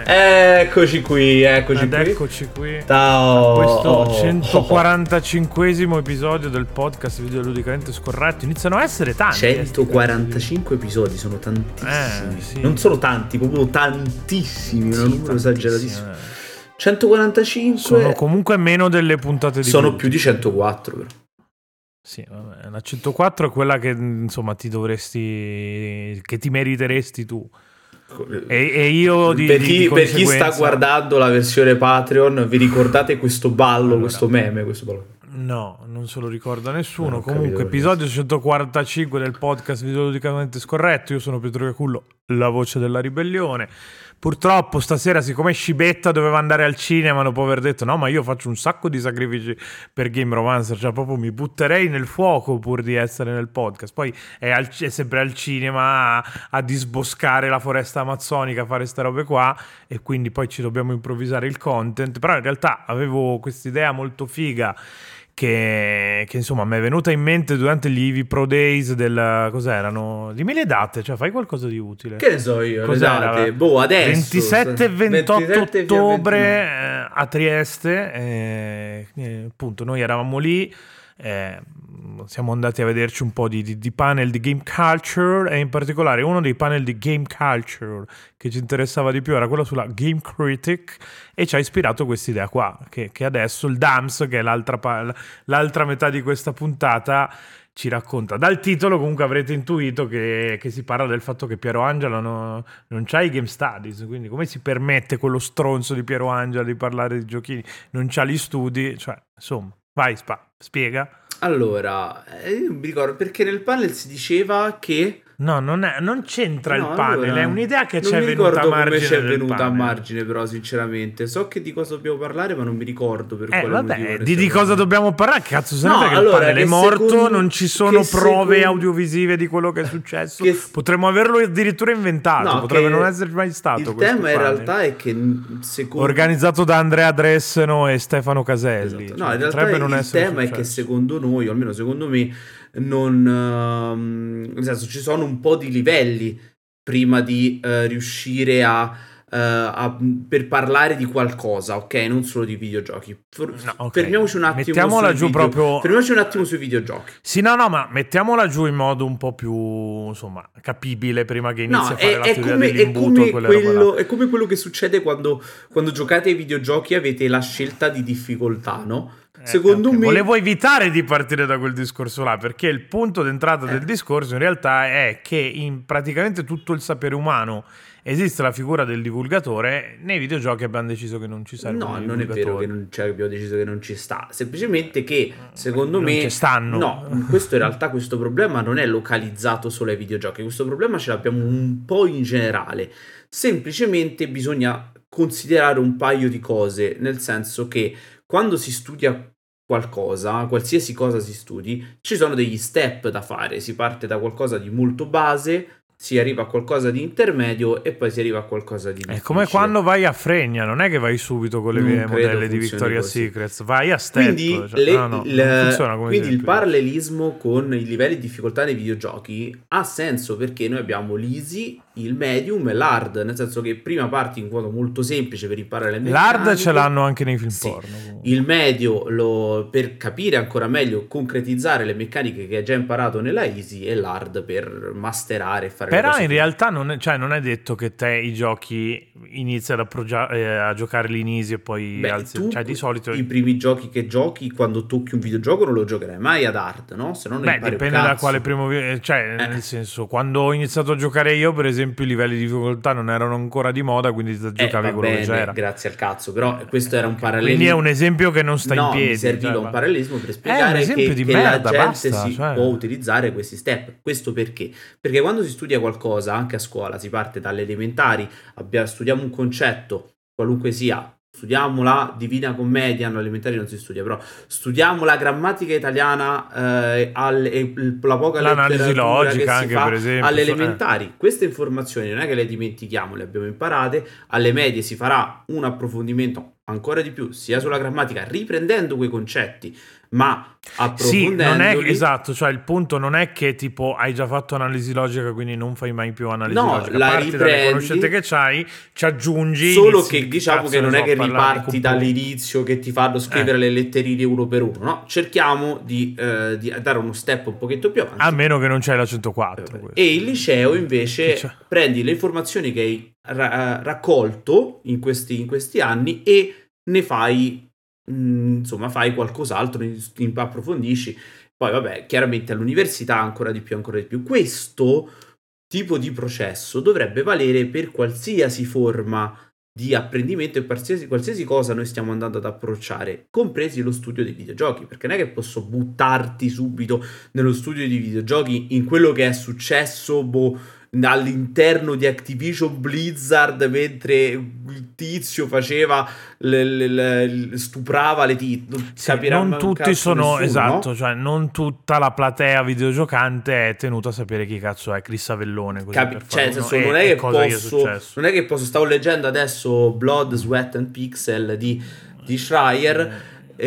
Eccoci qui. Eccoci qui. Ciao. Questo 145esimo episodio del podcast Videoludicamente Scorretto. Iniziano a essere tanti. 145 episodi, sono tantissimi. Sì. Non sono tanti, proprio tantissimi. Un numero esageratissimo. 145 sono comunque meno delle puntate di sono più di 104 però. Sì, vabbè, la 104 è quella che insomma ti meriteresti tu. E io per chi sta guardando la versione Patreon, vi ricordate questo ballo, questo meme, questo ballo? No, non se lo ricorda nessuno. Comunque, episodio 145 del podcast Videoludicamente Scorretto. Io sono Pietro Iacullo, la voce della ribellione. Purtroppo stasera, siccome Scibetta doveva andare al cinema, dopo aver detto no, ma io faccio un sacco di sacrifici per Game Romancer, cioè proprio mi butterei nel fuoco pur di essere nel podcast. Poi è sempre al cinema a disboscare la foresta amazzonica, a fare ste robe qua, e quindi poi ci dobbiamo improvvisare il content. Però in realtà avevo quest'idea molto figa che insomma mi è venuta in mente durante gli Eevee Pro Days cos'erano? Dimmi le date, cioè fai qualcosa di utile. Che ne so io, cos'era? le date? Adesso 27 e 28 ottobre a Trieste, appunto noi eravamo lì, siamo andati a vederci un po' di panel di game culture, e in particolare uno dei panel di game culture che ci interessava di più era quello sulla Game Critic, e ci ha ispirato quest'idea qua, che adesso il Dams, che è l'altra metà di questa puntata, ci racconta. Dal titolo comunque avrete intuito che si parla del fatto che Piero Angela non c'ha i game studies, quindi come si permette quello stronzo di Piero Angela di parlare di giochini, non c'ha gli studi, cioè insomma, vai spiega. Allora, io mi ricordo perché nel panel si diceva che no, non c'entra il panel, è un'idea che ci è venuta a margine. Non mi ricordo come ci è venuta a margine, però sinceramente so che di cosa dobbiamo parlare, ma non mi ricordo per quale motivo. Di cosa dobbiamo parlare? Cazzo, se no, il panel è morto, non ci sono prove audiovisive di quello che è successo. Potremmo averlo addirittura inventato, potrebbe non essere mai stato. Il tema in realtà è che organizzato da Andrea Dresseno e Stefano Caselli. Esatto. No, in realtà il tema è che secondo noi, o almeno secondo me, nel senso, ci sono un po' di livelli prima di riuscire per parlare di qualcosa, ok? Non solo di videogiochi. Fermiamoci un attimo. Mettiamola giù proprio. Fermiamoci un attimo sui videogiochi. Sì, no, ma mettiamola giù in modo un po' più, insomma, capibile prima che inizi a fare la teoria dell'imbuto. È come quello che succede quando giocate ai videogiochi e avete la scelta di difficoltà, no? Secondo me volevo evitare di partire da quel discorso là, perché il punto d'entrata del discorso in realtà è che in praticamente tutto il sapere umano esiste la figura del divulgatore. Nei videogiochi abbiamo deciso che non ci serve. No, non è vero che abbiamo deciso che non ci sta, semplicemente che secondo me ci stanno. No, questo in realtà questo problema non è localizzato solo ai videogiochi, questo problema ce l'abbiamo un po' in generale. Semplicemente bisogna considerare un paio di cose, nel senso che quando si studia qualcosa, qualsiasi cosa si studi, ci sono degli step da fare. Si parte da qualcosa di molto base, si arriva a qualcosa di intermedio e poi si arriva a qualcosa di difficile. È come quando vai a Fregna, non è che vai subito con le modelle di Victoria's Secret, vai a step. Quindi, quindi il parallelismo con i livelli di difficoltà nei videogiochi ha senso, perché noi abbiamo l'easy, il medium e l'hard, nel senso che prima parti in modo molto semplice per imparare le meccaniche. L'hard ce l'hanno anche nei film porno. Il medio per capire ancora meglio, concretizzare le meccaniche che hai già imparato nella easy, e l'hard per masterare e fare. Però in realtà non è detto che te i giochi inizi a giocare l'easy e poi di solito i primi giochi che giochi, quando tocchi un videogioco, non lo giocherai mai ad hard, no? Se no dipende da quale primo nel senso, quando ho iniziato a giocare io, per esempio, i livelli di difficoltà non erano ancora di moda, quindi giocavi quello che c'era. Grazie al cazzo, però questo era un parallelismo. Quindi è un esempio che non sta in piedi. Mi serviva un parallelismo per spiegare che la gente può utilizzare questi step. Questo perché? Perché quando si studia qualcosa, anche a scuola, si parte dalle elementari, studiamo un concetto, qualunque sia, studiamo la Divina Commedia, no, elementari non si studia, però studiamo la grammatica italiana, la poca l'analisi logica anche, per esempio, alle elementari. Queste informazioni non è che le dimentichiamo, le abbiamo imparate. Alle medie si farà un approfondimento, ancora di più, sia sulla grammatica, riprendendo quei concetti, ma Sì, non è approfondendoli. esatto, cioè il punto non è che tipo hai già fatto analisi logica, quindi non fai mai più analisi No, logica. la Parti dalle conoscenze riprendi, che c'hai, ci aggiungi, solo inizi, che diciamo che cazzo ne non è so, che a parlare di riparti computer. dall'inizio che ti fanno scrivere le letterine uno per uno, no? Cerchiamo di dare uno step un pochetto più A avanti. meno che non c'hai la 104. questo. E il liceo Che invece c'è? prendi le informazioni che hai raccolto in questi anni e ne fai, insomma, fai qualcos'altro, approfondisci. Poi vabbè, chiaramente all'università ancora di più. Questo tipo di processo dovrebbe valere per qualsiasi forma di apprendimento e qualsiasi cosa noi stiamo andando ad approcciare, compresi lo studio dei videogiochi, perché non è che posso buttarti subito nello studio di videogiochi in quello che è successo all'interno di Activision Blizzard mentre il tizio faceva stuprava le tizie. Sì, non tutti sono, esatto, no? cioè non tutta la platea videogiocante è tenuta a sapere chi cazzo è Chris Avellone, così per Cioè, nel fare senso, uno, non e è che cosa gli è successo. non è che posso, stavo leggendo adesso Blood, Sweat and Pixel di Schreier,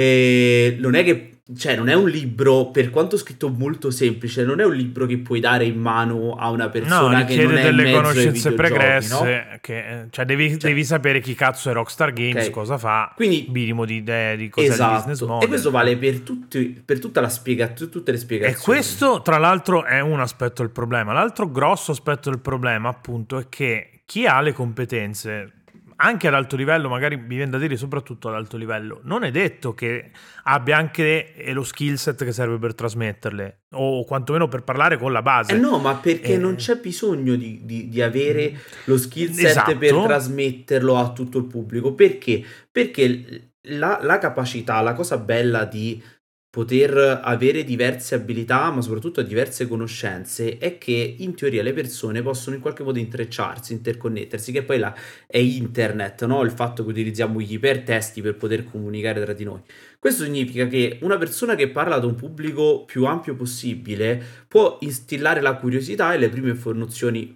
e non è che, cioè, non è un libro, per quanto scritto molto semplice, non è un libro che puoi dare in mano a una persona che non è in delle mezzo ai conoscenze videogiochi, pregresse, no? che, cioè devi sapere chi cazzo è Rockstar Games, Ok. cosa fa, Quindi, minimo di idee di cos'è il business esatto, model. e questo vale per tutta tutte le spiegazioni. E questo, tra l'altro, è un aspetto del problema. L'altro grosso aspetto del problema, appunto, è che chi ha le competenze, anche ad alto livello, magari mi viene da dire soprattutto ad alto livello, non è detto che abbia anche lo skill set che serve per trasmetterle, o quantomeno per parlare con la base. No, ma perché non c'è bisogno di avere lo skill set Esatto. per trasmetterlo a tutto il pubblico. Perché? Perché la capacità, la cosa bella di poter avere diverse abilità, ma soprattutto diverse conoscenze, è che in teoria le persone possono in qualche modo intrecciarsi, interconnettersi, che poi è internet, no? Il fatto che utilizziamo gli ipertesti per poter comunicare tra di noi. Questo significa che una persona che parla ad un pubblico più ampio possibile può instillare la curiosità e le prime nozioni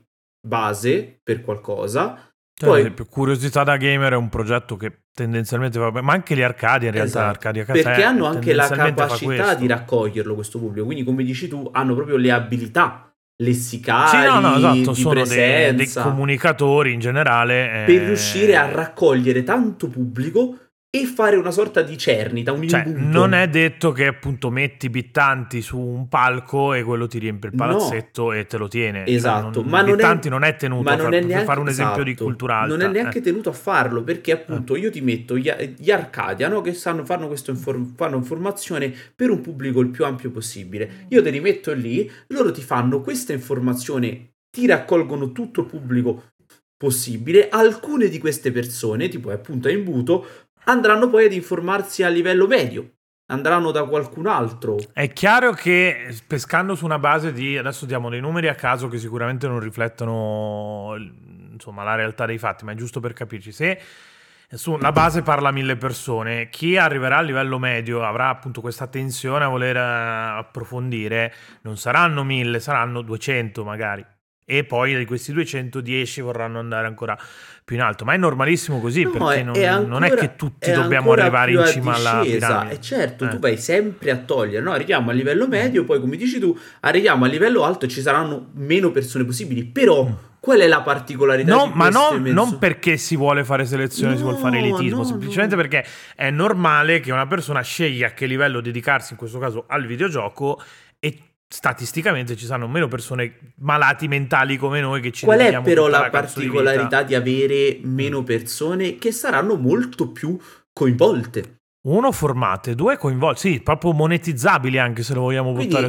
base per qualcosa. Cioè, ad esempio, Curiosità da Gamer è un progetto che tendenzialmente va bene, ma anche gli Arcadia in realtà, esatto, Arcadia Caffè, perché hanno anche la tendenzialmente fa capacità questo. di raccoglierlo questo pubblico, quindi come dici tu hanno proprio le abilità lessicali, Sì, no, esatto, di sono dei presenza comunicatori in generale. per riuscire a raccogliere tanto pubblico e fare una sorta di cernita, un Cioè, imbuto. non è detto che appunto metti Bittanti su un palco e quello ti riempie il palazzetto e te lo tiene. Esatto, cioè, ma Bittanti non è tenuto a neanche, fare un esempio di esatto, cultura alta. non è neanche tenuto a farlo, perché appunto io ti metto gli Arcadia, no, che fanno questo fanno informazione per un pubblico il più ampio possibile. Io te li metto lì, loro ti fanno questa informazione, ti raccolgono tutto il pubblico possibile. Alcune di queste persone, tipo appunto a imbuto, andranno poi ad informarsi a livello medio, andranno da qualcun altro. È chiaro che pescando su una base di, adesso diamo dei numeri a caso che sicuramente non riflettono insomma la realtà dei fatti, ma è giusto per capirci, se su una base parla 1000 persone, chi arriverà a livello medio avrà appunto questa tensione a voler approfondire, non saranno 1000, saranno 200 magari. E poi di questi 210 vorranno andare ancora più in alto, ma è normalissimo così, perché non è che tutti dobbiamo arrivare in cima alla piramide. E certo, tu vai sempre a togliere, no? Arriviamo a livello medio, poi come dici tu, arriviamo a livello alto e ci saranno meno persone possibili, però qual è la particolarità di ma queste non perché si vuole fare selezione, si vuole fare elitismo, semplicemente perché è normale che una persona sceglie a che livello dedicarsi, in questo caso al videogioco, e statisticamente ci saranno meno persone malati mentali come noi che ci dedichiamo. Qual è però la particolarità di avere meno persone che saranno molto più coinvolte? Uno, formate, due, coinvolte, sì, proprio monetizzabili anche se lo vogliamo buttare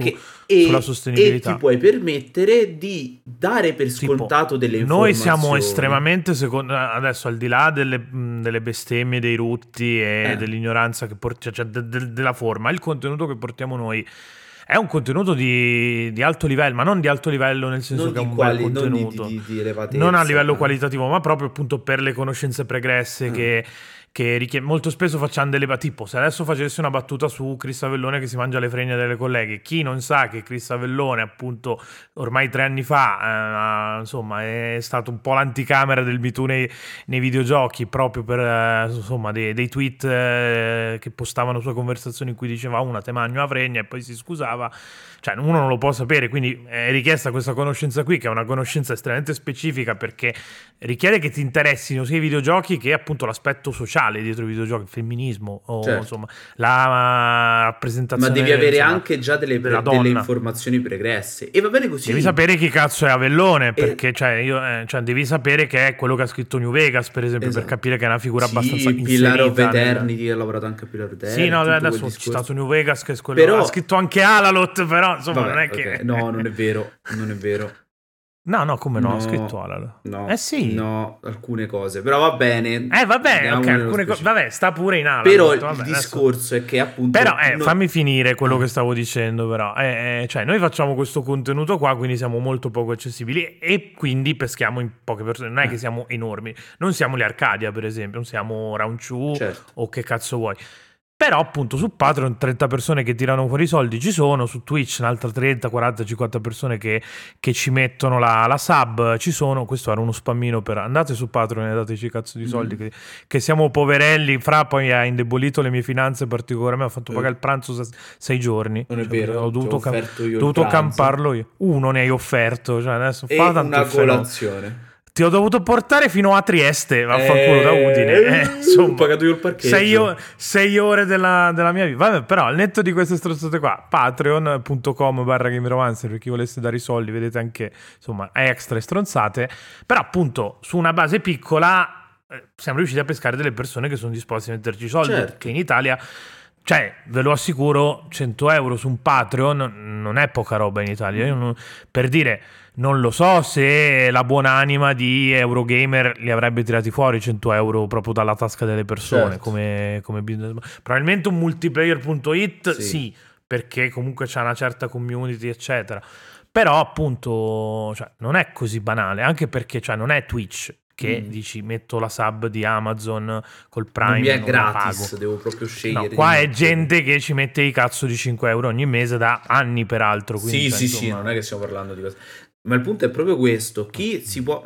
sulla sostenibilità. E ti puoi permettere di dare per scontato delle informazioni. Noi siamo estremamente, adesso al di là delle bestemmie, dei rutti e dell'ignoranza che cioè della forma, il contenuto che portiamo noi è un contenuto di alto livello, ma non di alto livello nel senso non che è un bel contenuto, non di non a livello qualitativo, ma proprio appunto per le conoscenze pregresse molto spesso facciamo delle tipo, se adesso facessi una battuta su Chris Avellone che si mangia le fregne delle colleghe, chi non sa che Chris Avellone appunto ormai 3 anni fa insomma è stato un po' l'anticamera del Me Too nei videogiochi, proprio per insomma dei tweet che postavano sue conversazioni in cui diceva una te magno a fregna e poi si scusava, cioè uno non lo può sapere, quindi è richiesta questa conoscenza qui, che è una conoscenza estremamente specifica, perché richiede che ti interessino sia i videogiochi che appunto l'aspetto sociale dietro i videogiochi, il femminismo o insomma la rappresentazione. Ma devi avere insomma, anche già delle informazioni pregresse, e va bene così. Devi sapere chi cazzo è Avellone, perché devi sapere che è quello che ha scritto New Vegas, per esempio, per capire che è una figura abbastanza inserita. Pillar of Eternity, ha lavorato anche a Pillar of Eternity. Sì, no, adesso ho citato New Vegas, che è quello, però ha scritto anche Alalot, però insomma non è che... No, non è vero. No, come no? Ha scritto Alalot. No, sì. No, alcune cose, però va bene. Vabbè, ok, alcune cose. Vabbè, sta pure in Alalot. Però il discorso è che appunto... Però fammi finire quello che stavo dicendo, però. Cioè, noi facciamo questo contenuto qua, quindi siamo molto poco accessibili e quindi peschiamo in poche persone. Non è che siamo enormi. Non siamo gli Arcadia, per esempio, non siamo Round 2 o che cazzo vuoi. Però appunto su Patreon 30 persone che tirano fuori i soldi ci sono, su Twitch un'altra 30, 40, 50 persone che ci mettono la sub ci sono. Questo era uno spammino per andate su Patreon e dateci cazzo di soldi, che siamo poverelli. Fra poi ha indebolito le mie finanze particolarmente, mi ha fatto pagare il pranzo 6 giorni. Non è vero, ho dovuto camparlo io. Uno ne hai offerto, cioè adesso e fa tanto una colazione. Ti ho dovuto portare fino a Trieste, vaffanculo, da Udine. Insomma, ho pagato io il parcheggio. 6 ore della mia vita. Vabbè, però al netto di queste strozzate qua, patreon.com/GameRomancer, per chi volesse dare i soldi, vedete anche insomma extra e stronzate. Però appunto su una base piccola siamo riusciti a pescare delle persone che sono disposte a metterci i soldi, che in Italia... Cioè, ve lo assicuro, 100 euro su un Patreon non è poca roba in Italia. Io per dire, non lo so se la buonanima di Eurogamer li avrebbe tirati fuori 100 euro proprio dalla tasca delle persone, come business. Probabilmente un multiplayer.it sì, perché comunque c'è una certa community, eccetera. Però appunto non è così banale, anche perché non è Twitch che dici metto la sub di Amazon col Prime, non mi è gratis, devo proprio scegliere. No, qua è gente che ci mette i cazzo di 5 euro ogni mese da anni peraltro. Quindi, sì, non è che stiamo parlando di questo. Ma il punto è proprio questo, chi si può...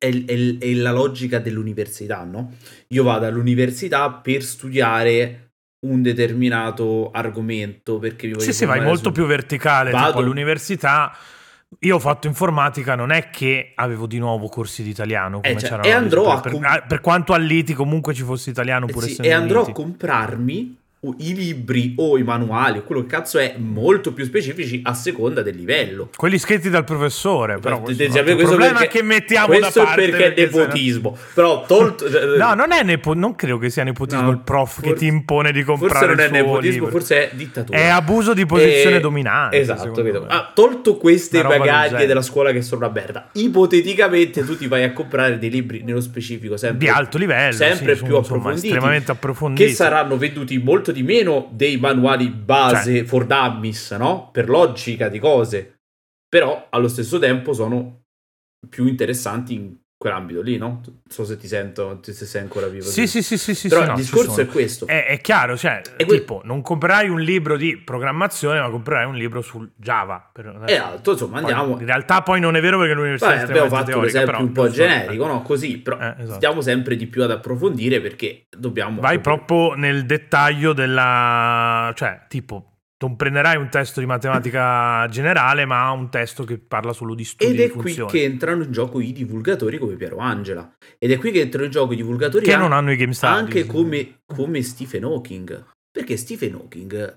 È la logica dell'università, no? Io vado all'università per studiare un determinato argomento, perché mi voglio... Sì, vai molto più verticale, tipo all'università... Io ho fatto informatica, non è che avevo di nuovo corsi di italiano come c'erano, e andrò per quanto all'ITI comunque ci fosse italiano pur essendo e andrò a comprarmi i libri o i manuali o quello che cazzo è molto più specifici a seconda del livello, quelli scritti dal professore. Però questo è il problema che mettiamo da parte, perché è nepotismo. Però tolto no, non è non credo che sia nepotismo, il prof che ti impone di comprare forse non il è suo nepotismo, libro. Forse è dittatura, è abuso di posizione dominante, esatto, vedo. Tolto queste bagaglie della scuola che sono aperta, ipoteticamente tu ti vai a comprare dei libri nello specifico sempre di alto livello, sempre più approfonditi, estremamente approfonditi, che saranno venduti molto di meno dei manuali base for dummies, no? Per logica di cose, però allo stesso tempo sono più interessanti in quell'ambito lì, no? Non so se ti sento, se sei ancora vivo. Sì, però il discorso è questo. È chiaro, tipo, non comprerai un libro di programmazione, ma comprerai un libro sul Java. Insomma, andiamo... In realtà poi non è vero, perché l'università abbiamo fatto un esempio un po' generico, no? Così, però stiamo sempre di più ad approfondire, perché dobbiamo... Vai proprio nel dettaglio della... Cioè, tipo... non prenderai un testo di matematica generale, ma un testo che parla solo di studi di funzioni. Ed è qui che entrano in gioco i divulgatori come Piero Angela. Ed è qui che entrano in gioco i divulgatori che non hanno i game studies. Anche come Stephen Hawking. Perché Stephen Hawking,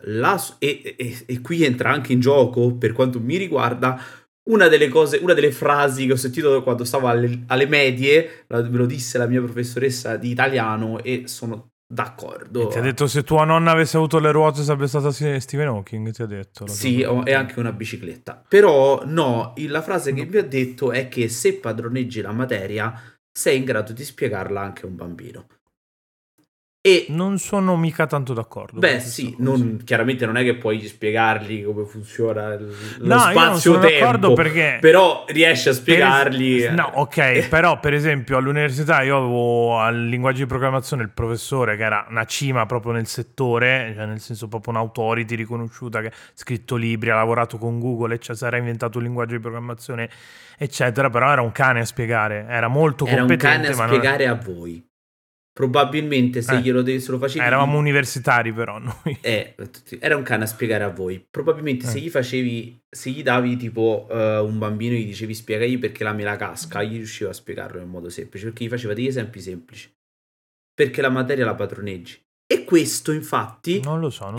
e qui entra anche in gioco, per quanto mi riguarda, una delle frasi che ho sentito quando stavo alle medie, me lo disse la mia professoressa di italiano, e sono... d'accordo. E ti ha detto, se tua nonna avesse avuto le ruote sarebbe stata Stephen Hawking, ti ha detto. Sì, e anche una bicicletta. Però no, la frase che mi ha detto è che se padroneggi la materia sei in grado di spiegarla anche a un bambino. E non sono mica tanto d'accordo. Beh, sì, chiaramente non è che puoi spiegargli come funziona lo spazio-tempo, perché però riesci a spiegargli. No, ok, però per esempio all'università io avevo al linguaggio di programmazione il professore che era una cima proprio nel settore, cioè nel senso proprio un'autority riconosciuta, che ha scritto libri, ha lavorato con Google, eccetera, si era inventato un linguaggio di programmazione, eccetera, però era un cane a spiegare, era molto competente. Era un cane a spiegare a voi. Probabilmente se se lo facevi... Eravamo universitari però noi. Era un cane a spiegare a voi. Probabilmente se gli davi tipo un bambino e gli dicevi spiegagli perché la mela casca, gli riusciva a spiegarlo in modo semplice, perché gli faceva degli esempi semplici. Perché la materia la padroneggi. E questo infatti... Non lo so,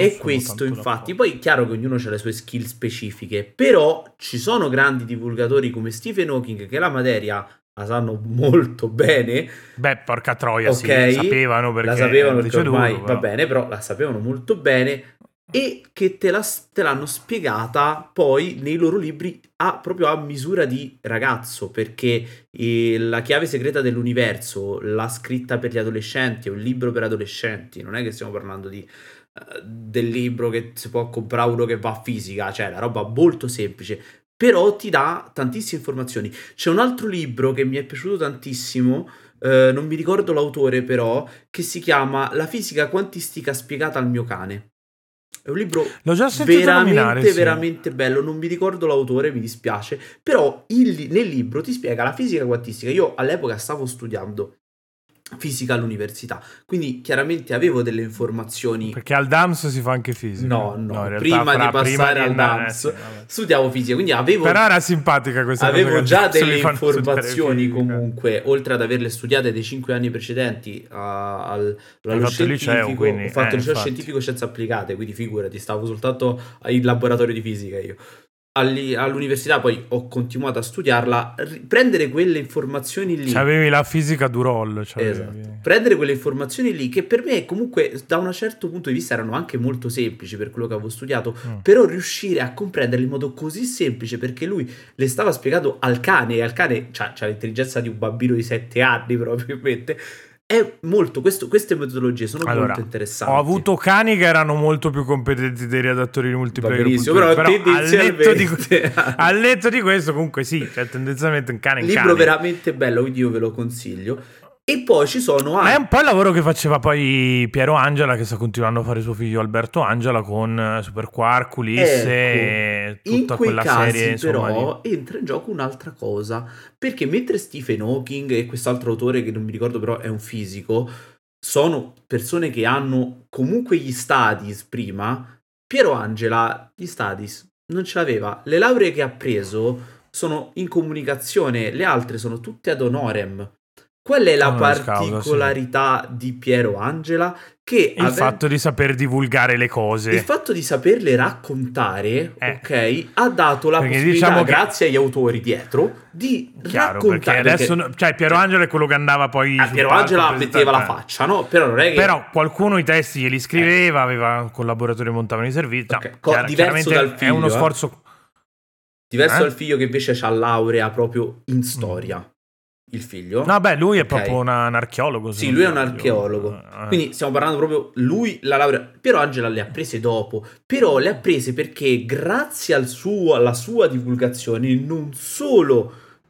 poi è chiaro che ognuno ha le sue skill specifiche, però ci sono grandi divulgatori come Stephen Hawking che la materia... la sanno molto bene. Beh, porca troia, okay, sì, sapevano perché la sapevano perché ormai però. Va bene, però la sapevano molto bene e che te l'hanno spiegata poi nei loro libri proprio a misura di ragazzo, perché La chiave segreta dell'universo l'ha scritta per gli adolescenti, è un libro per adolescenti, non è che stiamo parlando del libro che si può comprare uno che va a fisica, cioè la roba molto semplice. Però ti dà tantissime informazioni. C'è un altro libro che mi è piaciuto tantissimo, non mi ricordo l'autore però, che si chiama La fisica quantistica spiegata al mio cane. È un libro veramente bello, non mi ricordo l'autore, mi dispiace, però nel libro ti spiega la fisica quantistica. Io all'epoca stavo studiando fisica all'università, quindi chiaramente avevo delle informazioni, perché al DAMS si fa anche fisica. No, prima di passare al DAMS studiavo fisica, quindi però era simpatica questa cosa, avevo già delle informazioni comunque, oltre ad averle studiate dei 5 anni precedenti allo scientifico. Ho fatto il liceo scientifico scienze applicate, quindi figurati, stavo soltanto in laboratorio di fisica io. All'università poi ho continuato a studiarla, prendere quelle informazioni lì. C'avevi la fisica Duroll. Esatto. Prendere quelle informazioni lì, che per me comunque da un certo punto di vista erano anche molto semplici per quello che avevo studiato, però riuscire a comprenderle in modo così semplice, perché lui le stava spiegando al cane, e al cane c'ha l'intelligenza di un bambino di 7 anni probabilmente. È molto, queste metodologie sono molto interessanti. Ho avuto cani che erano molto più competenti dei redattori di multiplayer. Però al netto di questo comunque sì, cioè tendenzialmente un cane. Libro veramente bello, quindi io ve lo consiglio. E poi ci sono anche... È un po' il lavoro che faceva poi Piero Angela, che sta continuando a fare suo figlio Alberto Angela con Super Quark, Ulisse e tutta quella serie. In quei casi però entra in gioco un'altra cosa, perché mentre Stephen Hawking e quest'altro autore che non mi ricordo però è un fisico, sono persone che hanno comunque gli studies prima, Piero Angela gli studies non ce l'aveva. Le lauree che ha preso sono in comunicazione, le altre sono tutte ad honorem. Qual è la particolarità di Piero Angela? Che il fatto di saper divulgare le cose. Il fatto di saperle raccontare, ok, ha dato la possibilità, grazie agli autori dietro, di raccontare. Perché adesso, cioè Piero Angela è quello che andava poi Piero Angela metteva la faccia, no? Però non è che... Però qualcuno i testi glieli scriveva, aveva collaboratori che montavano i servizi. Diverso dal figlio. È uno sforzo... Diverso dal figlio che invece c'ha laurea proprio in storia. Il figlio. No, beh, lui è proprio un archeologo. Sì, lui è un archeologo. Quindi stiamo parlando proprio lui, la laurea. Piero Angela le ha prese dopo. Però le ha prese perché grazie alla sua divulgazione non solo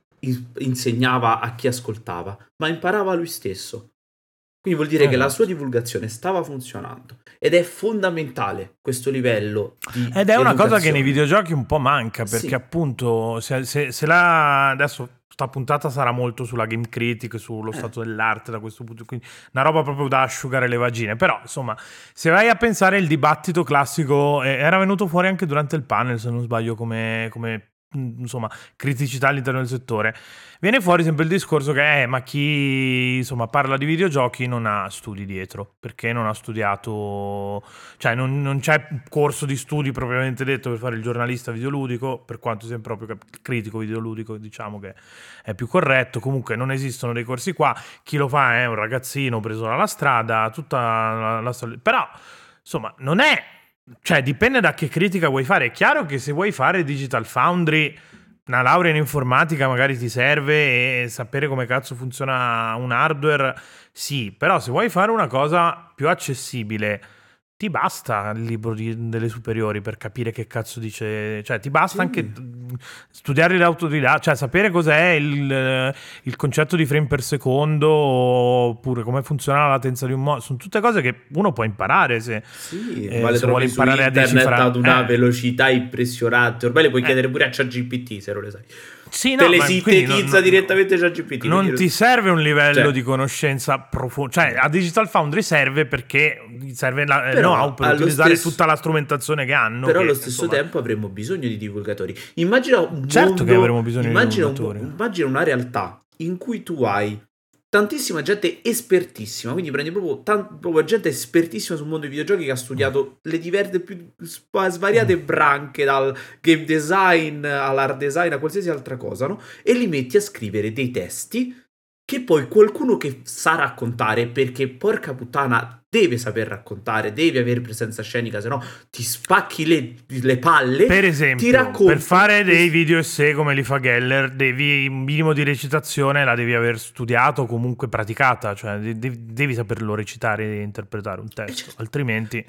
insegnava a chi ascoltava, ma imparava lui stesso. Quindi vuol dire che la sua divulgazione stava funzionando. Ed è fondamentale questo livello di Ed è una cosa che nei videogiochi un po' manca, perché appunto se la... adesso sta puntata sarà molto sulla game critic, sullo stato dell'arte da questo punto, quindi una roba proprio da asciugare le vagine. Però insomma, se vai a pensare, il dibattito classico era venuto fuori anche durante il panel, se non sbaglio, come insomma criticità all'interno del settore, viene fuori sempre il discorso che ma chi insomma parla di videogiochi non ha studi dietro, perché non ha studiato, cioè non c'è corso di studi propriamente detto per fare il giornalista videoludico, per quanto sia proprio il critico videoludico, diciamo che è più corretto. Comunque non esistono dei corsi qua, chi lo fa è un ragazzino preso dalla strada, tutta la storia. Però insomma non è, cioè dipende da che critica vuoi fare. È chiaro che se vuoi fare Digital Foundry una laurea in informatica magari ti serve e sapere come cazzo funziona un hardware, sì, però se vuoi fare una cosa più accessibile, ti basta il libro delle superiori per capire che cazzo dice, cioè ti basta anche studiare l'autodidatta, cioè sapere cos'è il concetto di frame per secondo, oppure come funziona la latenza di un modo, sono tutte cose che uno può imparare se vuole imparare a decifrare ad una velocità impressionante. Ormai le puoi chiedere pure a ChatGPT se non le sai. Sì, te le sintetizza direttamente ChatGPT. Non ti serve un livello di conoscenza profonda, cioè a Digital Foundry serve perché serve la know-how per utilizzare tutta la strumentazione che hanno. Però allo stesso tempo avremo bisogno di divulgatori. Immagina un mondo, che avremo bisogno di divulgatori. Immagina una realtà in cui tu hai tantissima gente espertissima, quindi prendi proprio gente espertissima sul mondo dei videogiochi che ha studiato le diverse più svariate branche, dal game design all'art design a qualsiasi altra cosa, no? E li metti a scrivere dei testi che poi qualcuno che sa raccontare, perché porca puttana deve saper raccontare, devi avere presenza scenica, se no ti spacchi le palle. Per esempio, per fare dei video essay come li fa Geller, devi un minimo di recitazione la devi aver studiato o comunque praticata, cioè devi saperlo recitare e interpretare un testo, altrimenti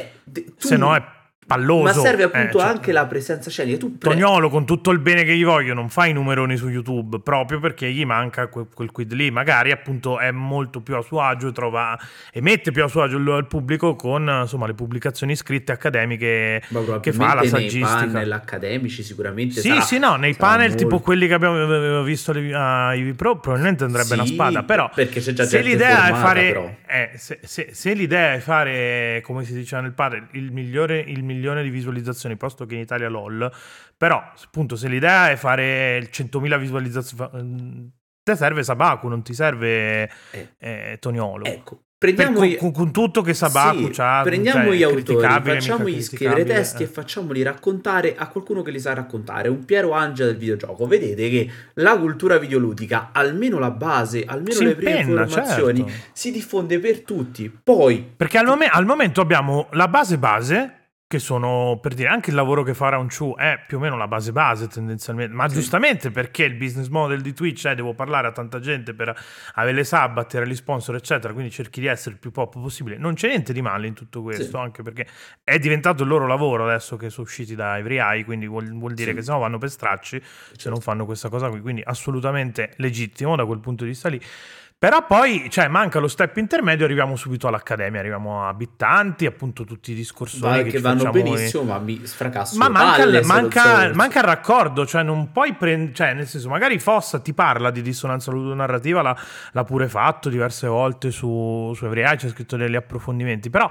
se no è palloso. Ma serve appunto anche la presenza scenica. Toniolo, con tutto il bene che gli voglio, non fa i numeroni su YouTube proprio perché gli manca quel quid lì. Magari appunto è molto più a suo agio e mette più a suo agio il pubblico con insomma le pubblicazioni scritte accademiche che fa, la saggistica. Nei panel accademici sicuramente nei panel molto... tipo quelli che abbiamo visto a Ivy Pro probabilmente andrebbe una spada, però perché c'è già se l'idea formata, è fare se l'idea è fare, come si diceva nel panel, il milione di visualizzazioni posto che in Italia LOL, però appunto se l'idea è fare 100.000 visualizzazioni, ti serve Sabaku, non ti serve Toniolo. Ecco, con tutto che Sabaku c'ha, prendiamo gli autori, facciamogli scrivere testi e facciamoli raccontare a qualcuno che li sa raccontare, un Piero Angela del videogioco. Vedete che la cultura videoludica, almeno la base, almeno le prime informazioni, si diffonde per tutti. Poi perché al momento abbiamo la base che sono, per dire, anche il lavoro che fa Round 2 è più o meno la base tendenzialmente, ma giustamente perché il business model di Twitch è devo parlare a tanta gente per avere le sub, attirare gli sponsor eccetera, quindi cerchi di essere il più pop possibile. Non c'è niente di male in tutto questo, anche perché è diventato il loro lavoro adesso che sono usciti da Every Eye, quindi vuol dire che se no vanno per stracci se non fanno questa cosa qui, quindi assolutamente legittimo da quel punto di vista lì. Però poi, manca lo step intermedio, arriviamo subito all'accademia, arriviamo a Bittanti, appunto tutti i discorsoni che vanno benissimo, ma mi sfracasso. Ma manca il raccordo, cioè non puoi nel senso, magari Fossa ti parla di dissonanza ludonarrativa, l'ha pure fatto diverse volte su Every Eye, c'è scritto degli approfondimenti, però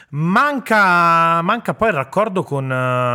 manca poi il raccordo con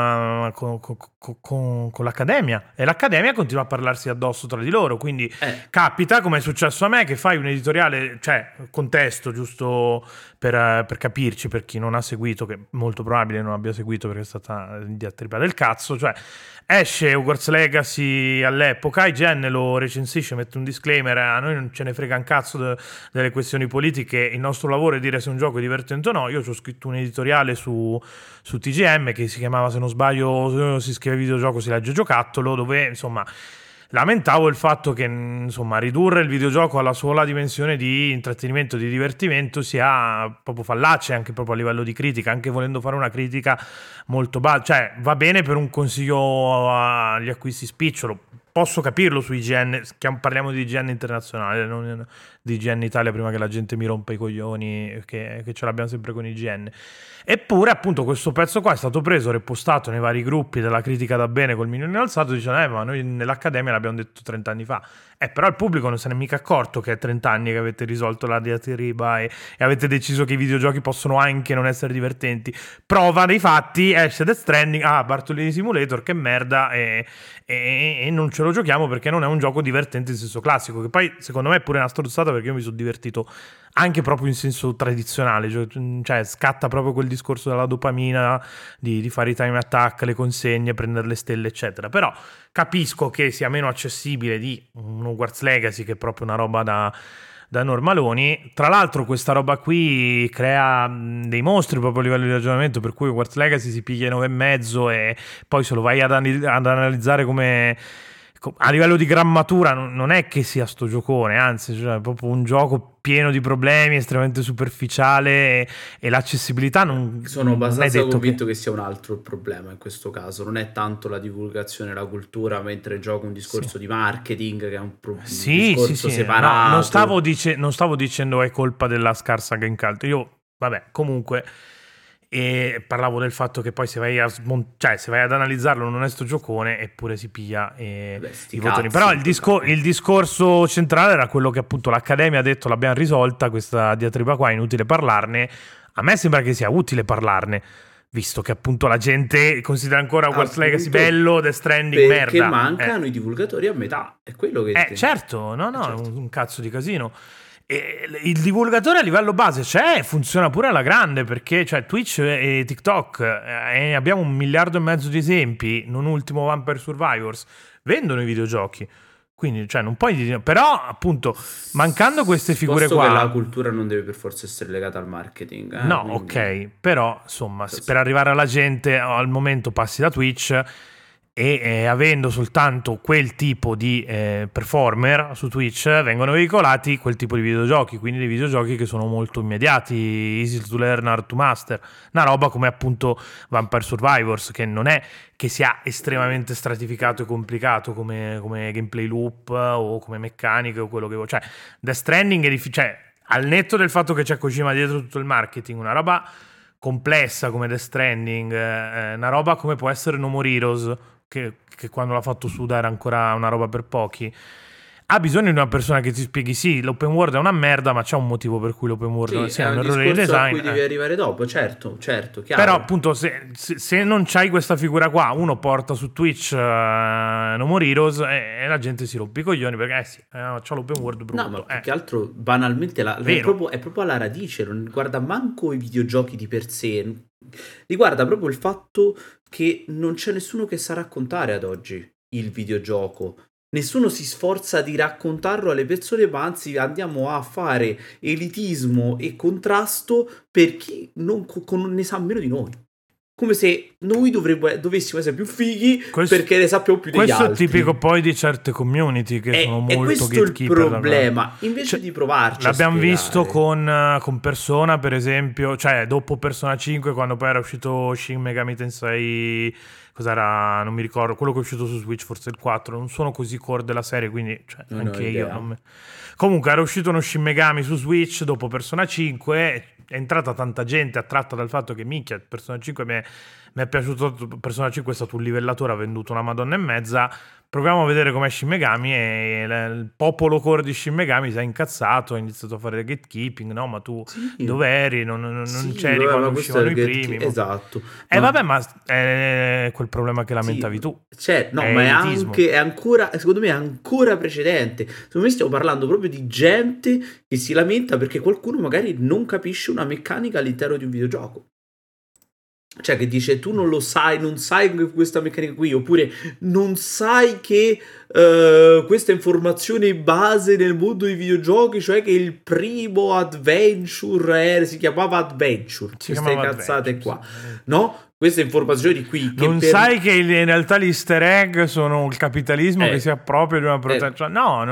l'accademia, e l'accademia continua a parlarsi addosso tra di loro, quindi capita, come è successo a me, che fai un editoriale, contesto giusto per capirci, per chi non ha seguito, che molto probabile non abbia seguito perché è stata diatriba del cazzo, esce Hogwarts Legacy all'epoca, IGN lo recensisce, mette un disclaimer, a noi non ce ne frega un cazzo delle questioni politiche, il nostro lavoro è dire se un gioco è divertente o no. Io ci ho scritto un editoriale su TGM che si chiamava, se non sbaglio, si scrive videogioco si legge giocattolo, dove insomma lamentavo il fatto che ridurre il videogioco alla sola dimensione di intrattenimento, di divertimento sia proprio fallace anche proprio a livello di critica, anche volendo fare una critica molto va bene per un consiglio agli acquisti spicciolo, posso capirlo su IGN, parliamo di IGN internazionale, non di IGN Italia, prima che la gente mi rompa i coglioni che ce l'abbiamo sempre con IGN. Eppure appunto questo pezzo qua è stato preso, repostato nei vari gruppi della critica da bene col milione alzato, dicendo ma noi nell'Accademia l'abbiamo detto 30 anni fa, però il pubblico non se ne è mica accorto che è 30 anni che avete risolto la diatriba e avete deciso che i videogiochi possono anche non essere divertenti. Prova dei fatti, esce Death Stranding, Bartolini Simulator, che merda, e non ce lo giochiamo perché non è un gioco divertente in senso classico, che poi secondo me è pure una strozzata, perché io mi sono divertito anche proprio in senso tradizionale, scatta proprio quel discorso della dopamina, di fare i time attack, le consegne, prendere le stelle eccetera. Però capisco che sia meno accessibile di un Hogwarts Legacy, che è proprio una roba da normaloni. Tra l'altro questa roba qui crea dei mostri proprio a livello di ragionamento, per cui Hogwarts Legacy si piglia 9,5 e poi se lo vai ad analizzare come a livello di grammatura non è che sia sto giocone, anzi, cioè, è proprio un gioco pieno di problemi, estremamente superficiale, e l'accessibilità Sono non è abbastanza detto convinto che sia un altro problema in questo caso. Non è tanto la divulgazione, la cultura, mentre gioca un discorso sì. di marketing, che è un Sì, discorso sì. separato. No, non stavo dicendo è colpa della scarsa game culture. Io, vabbè, comunque, e parlavo del fatto che poi se vai ad analizzarlo non è sto giocone, eppure si piglia Vabbè, sti i votoni. cazzi, Però importante. il discorso centrale era quello che appunto l'Accademia ha detto: l'abbiamo risolta questa diatriba qua, è inutile parlarne. A me sembra che sia utile parlarne, visto che appunto la gente considera ancora Hogwarts Legacy Appunto, bello, Death Stranding perché merda. mancano i divulgatori a metà. È quello che... Certo, no, è certo. un cazzo di casino. E il divulgatore a livello base c'è, funziona pure alla grande, perché cioè, Twitch e TikTok, abbiamo 1,5 miliardi di esempi, non ultimo Vampire Survivors, vendono i videogiochi. Quindi, cioè, non puoi dire... Però, appunto, mancando queste figure qua... che la cultura non deve per forza essere legata al marketing. No, quindi... ok, però, insomma, per arrivare alla gente, al momento passi da Twitch... E avendo soltanto quel tipo di performer su Twitch, vengono veicolati quel tipo di videogiochi, quindi dei videogiochi che sono molto immediati, easy to learn, hard to master, una roba come appunto Vampire Survivors, che non è che sia estremamente stratificato e complicato come gameplay loop o come meccaniche o quello che vuoi. Cioè, Death Stranding è cioè, al netto del fatto che c'è Kojima dietro tutto il marketing, una roba complessa come Death Stranding, una roba come può essere No More Heroes, che quando l'ha fatto Suda era ancora una roba per pochi, ha bisogno di una persona che ti spieghi sì, l'open world è una merda, ma c'è un motivo per cui l'open world Sì, è un errore di design. a cui devi arrivare dopo, certo, chiaro. Però appunto se non c'hai questa figura qua, uno porta su Twitch No More Heroes e la gente si rompe i coglioni perché c'ha l'open world brutto. No, ma più che altro banalmente è proprio alla radice, non riguarda manco i videogiochi di per sé, riguarda proprio il fatto che non c'è nessuno che sa raccontare ad oggi il videogioco. Nessuno si sforza di raccontarlo alle persone, ma anzi andiamo a fare elitismo e contrasto per chi non ne sa meno di noi. Come se noi dovessimo essere più fighi perché ne sappiamo più degli altri. Questo è tipico poi di certe community che sono molto gatekeeper. È questo il problema. Invece di provarci l'abbiamo visto con Persona, per esempio, cioè dopo Persona 5, quando poi era uscito Shin Megami Tensei, cos'era, non mi ricordo, quello che è uscito su Switch, forse il 4, non sono così core della serie, quindi cioè, anche io comunque era uscito uno Shin Megami su Switch dopo Persona 5, è entrata tanta gente attratta dal fatto che minchia, Persona 5 mi è piaciuto, Persona 5 è stato un livellatore, ha venduto una madonna e mezza, proviamo a vedere com'è Shin Megami, e il popolo core di Shin Megami si è incazzato, ha iniziato a fare gatekeeping, no, ma tu dove eri? Non c'eri quando uscivano i primi. Esatto. Vabbè, ma è quel problema che lamentavi tu. No, ma è ancora, secondo me è ancora precedente. Secondo me stiamo parlando proprio di gente che si lamenta perché qualcuno magari non capisce una meccanica all'interno di un videogioco. Cioè che dice tu non lo sai, non sai questa meccanica qui, oppure non sai che questa informazione base nel mondo dei videogiochi, cioè che il primo adventure si chiamava Adventure, queste cazzate qua, no? Queste informazioni qui che non sai che in realtà gli easter egg sono il capitalismo che si appropria di una protezione,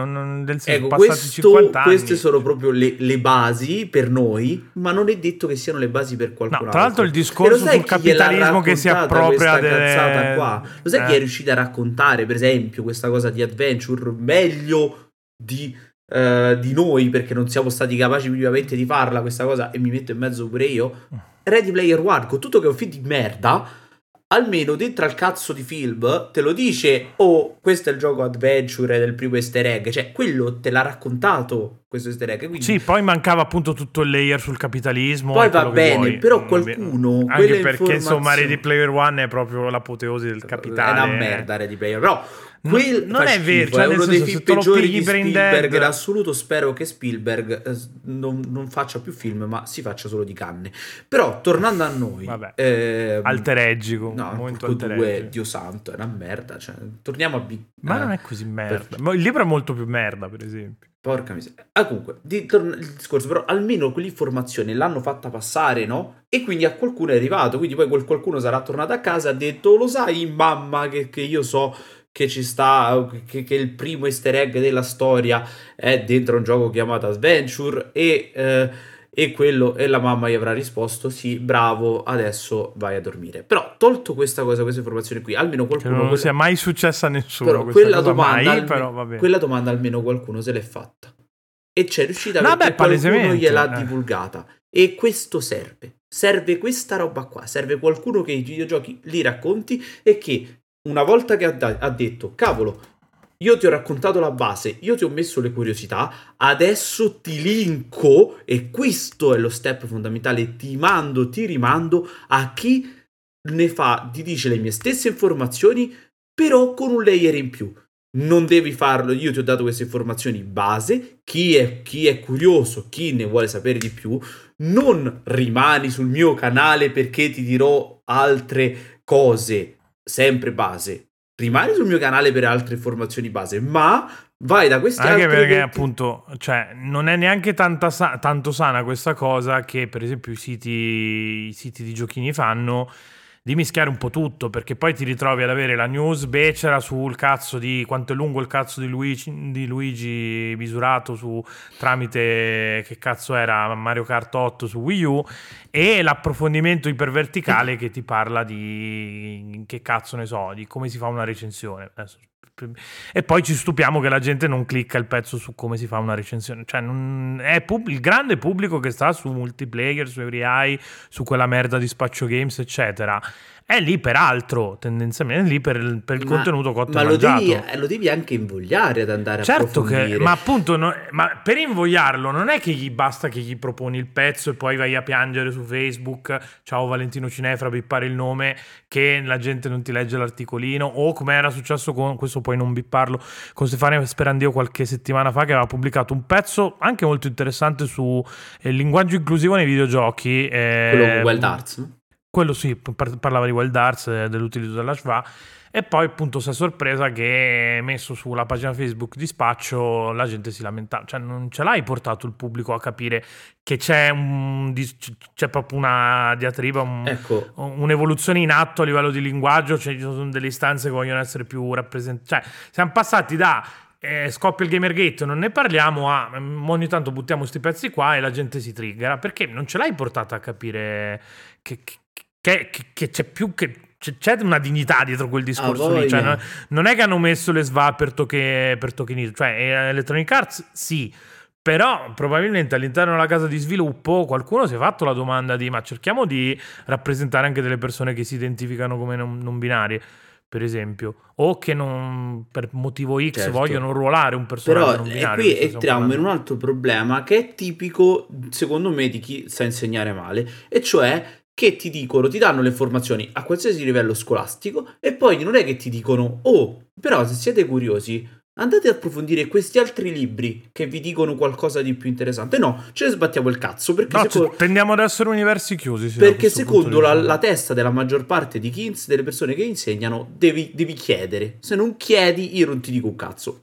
passati 50 anni. Queste sono proprio le basi per noi, ma non è detto che siano le basi per qualcun altro. Tra l'altro il discorso sul capitalismo che si appropria cazzata qua, lo sai chi è riuscito a raccontare per esempio questa cosa di Adventure meglio di noi, perché non siamo stati capaci minimamente di farla questa cosa, e mi metto in mezzo pure io? Ready Player One, con tutto che è un film di merda, almeno dentro al cazzo di film te lo dice, questo è il gioco Adventure del primo easter egg, cioè quello te l'ha raccontato questo easter egg, quindi... Sì, poi mancava appunto tutto il layer sul capitalismo, poi va bene, però qualcuno, anche perché insomma Ready Player One è proprio l'apoteosi del capitale, è una merda Ready Player, però non è vero, cioè, è uno dei film peggiori di Spielberg in assoluto. Spero che Spielberg non faccia più film, ma si faccia solo di canne. Però tornando a noi, altereggico, no, momento altereggico. Dio santo, è una merda, cioè, torniamo a ma non è così merda, il libro è molto più merda, per esempio. Porca miseria. Comunque, il discorso, però almeno quell'informazione l'hanno fatta passare, no? E quindi a qualcuno è arrivato, quindi poi quel qualcuno sarà tornato a casa e ha detto, lo sai mamma che io so che ci sta, che il primo easter egg della storia è dentro un gioco chiamato Adventure e la mamma gli avrà risposto sì, bravo, adesso vai a dormire. Però tolto questa cosa, queste informazioni qui, almeno qualcuno... Che non sia mai successa a nessuno però quella domanda, mai, però va bene. Quella domanda almeno qualcuno se l'è fatta. E c'è riuscita perché qualcuno gliel'ha divulgata. E questo serve. Serve questa roba qua. Serve qualcuno che i videogiochi li racconti e che una volta che ha detto, cavolo, io ti ho raccontato la base, io ti ho messo le curiosità, adesso ti linko, e questo è lo step fondamentale, ti rimando a chi ti dice le mie stesse informazioni, però con un layer in più. Non devi farlo, io ti ho dato queste informazioni base, chi è curioso, chi ne vuole sapere di più, non rimani sul mio canale perché ti dirò altre cose, sempre base, rimani sul mio canale per altre informazioni base, ma vai da questi altri... Anche perché appunto, cioè, non è neanche tanto sana questa cosa che per esempio i siti di giochini fanno, di mischiare un po' tutto, perché poi ti ritrovi ad avere la news becera sul cazzo di quanto è lungo il cazzo di Luigi misurato tramite che cazzo era Mario Kart 8 su Wii U, e l'approfondimento iperverticale che ti parla di che cazzo ne so, di come si fa una recensione. E poi ci stupiamo che la gente non clicca il pezzo su come si fa una recensione, cioè è il grande pubblico che sta su multiplayer, su EveryEye, su quella merda di Spaccio Games eccetera, è lì per altro, tendenzialmente è lì per il contenuto cotto e mangiato. Lo devi anche invogliare ad andare certo a approfondire. Ma appunto ma per invogliarlo non è che gli basta che gli proponi il pezzo e poi vai a piangere su Facebook, ciao Valentino Cinefra, bippare il nome, che la gente non ti legge l'articolino, o come era successo con questo, puoi non bipparlo, con Stefano Sperandio qualche settimana fa, che aveva pubblicato un pezzo anche molto interessante su il linguaggio inclusivo nei videogiochi, quello con Wild Arts, no? Quello sì, parlava di Wild Arts, dell'utilizzo della schwa, e poi appunto si è sorpresa che messo sulla pagina Facebook di Spaccio la gente si lamentava, cioè non ce l'hai portato il pubblico a capire che c'è proprio una diatriba, un'evoluzione in atto a livello di linguaggio, cioè ci sono delle istanze che vogliono essere più rappresentate, cioè siamo passati da scoppia il Gamergate, non ne parliamo, ogni tanto buttiamo sti pezzi qua e la gente si triggera, perché non ce l'hai portata a capire che c'è più che c'è una dignità dietro quel discorso lì, cioè non è che hanno messo le SVA per tokenizzo, cioè Electronic Arts sì, però probabilmente all'interno della casa di sviluppo qualcuno si è fatto la domanda di ma cerchiamo di rappresentare anche delle persone che si identificano come non binarie, per esempio, o che non per motivo X certo. vogliono ruolare un personaggio però non binario. Però qui entriamo in un altro problema che è tipico secondo me di chi sa insegnare male, e cioè che ti danno le informazioni a qualsiasi livello scolastico e poi non è che ti dicono però se siete curiosi andate ad approfondire questi altri libri che vi dicono qualcosa di più interessante. No, ce ne sbattiamo il cazzo, perché tendiamo ad essere universi chiusi, sì, perché secondo la testa della maggior parte delle persone che insegnano devi chiedere, se non chiedi io non ti dico un cazzo.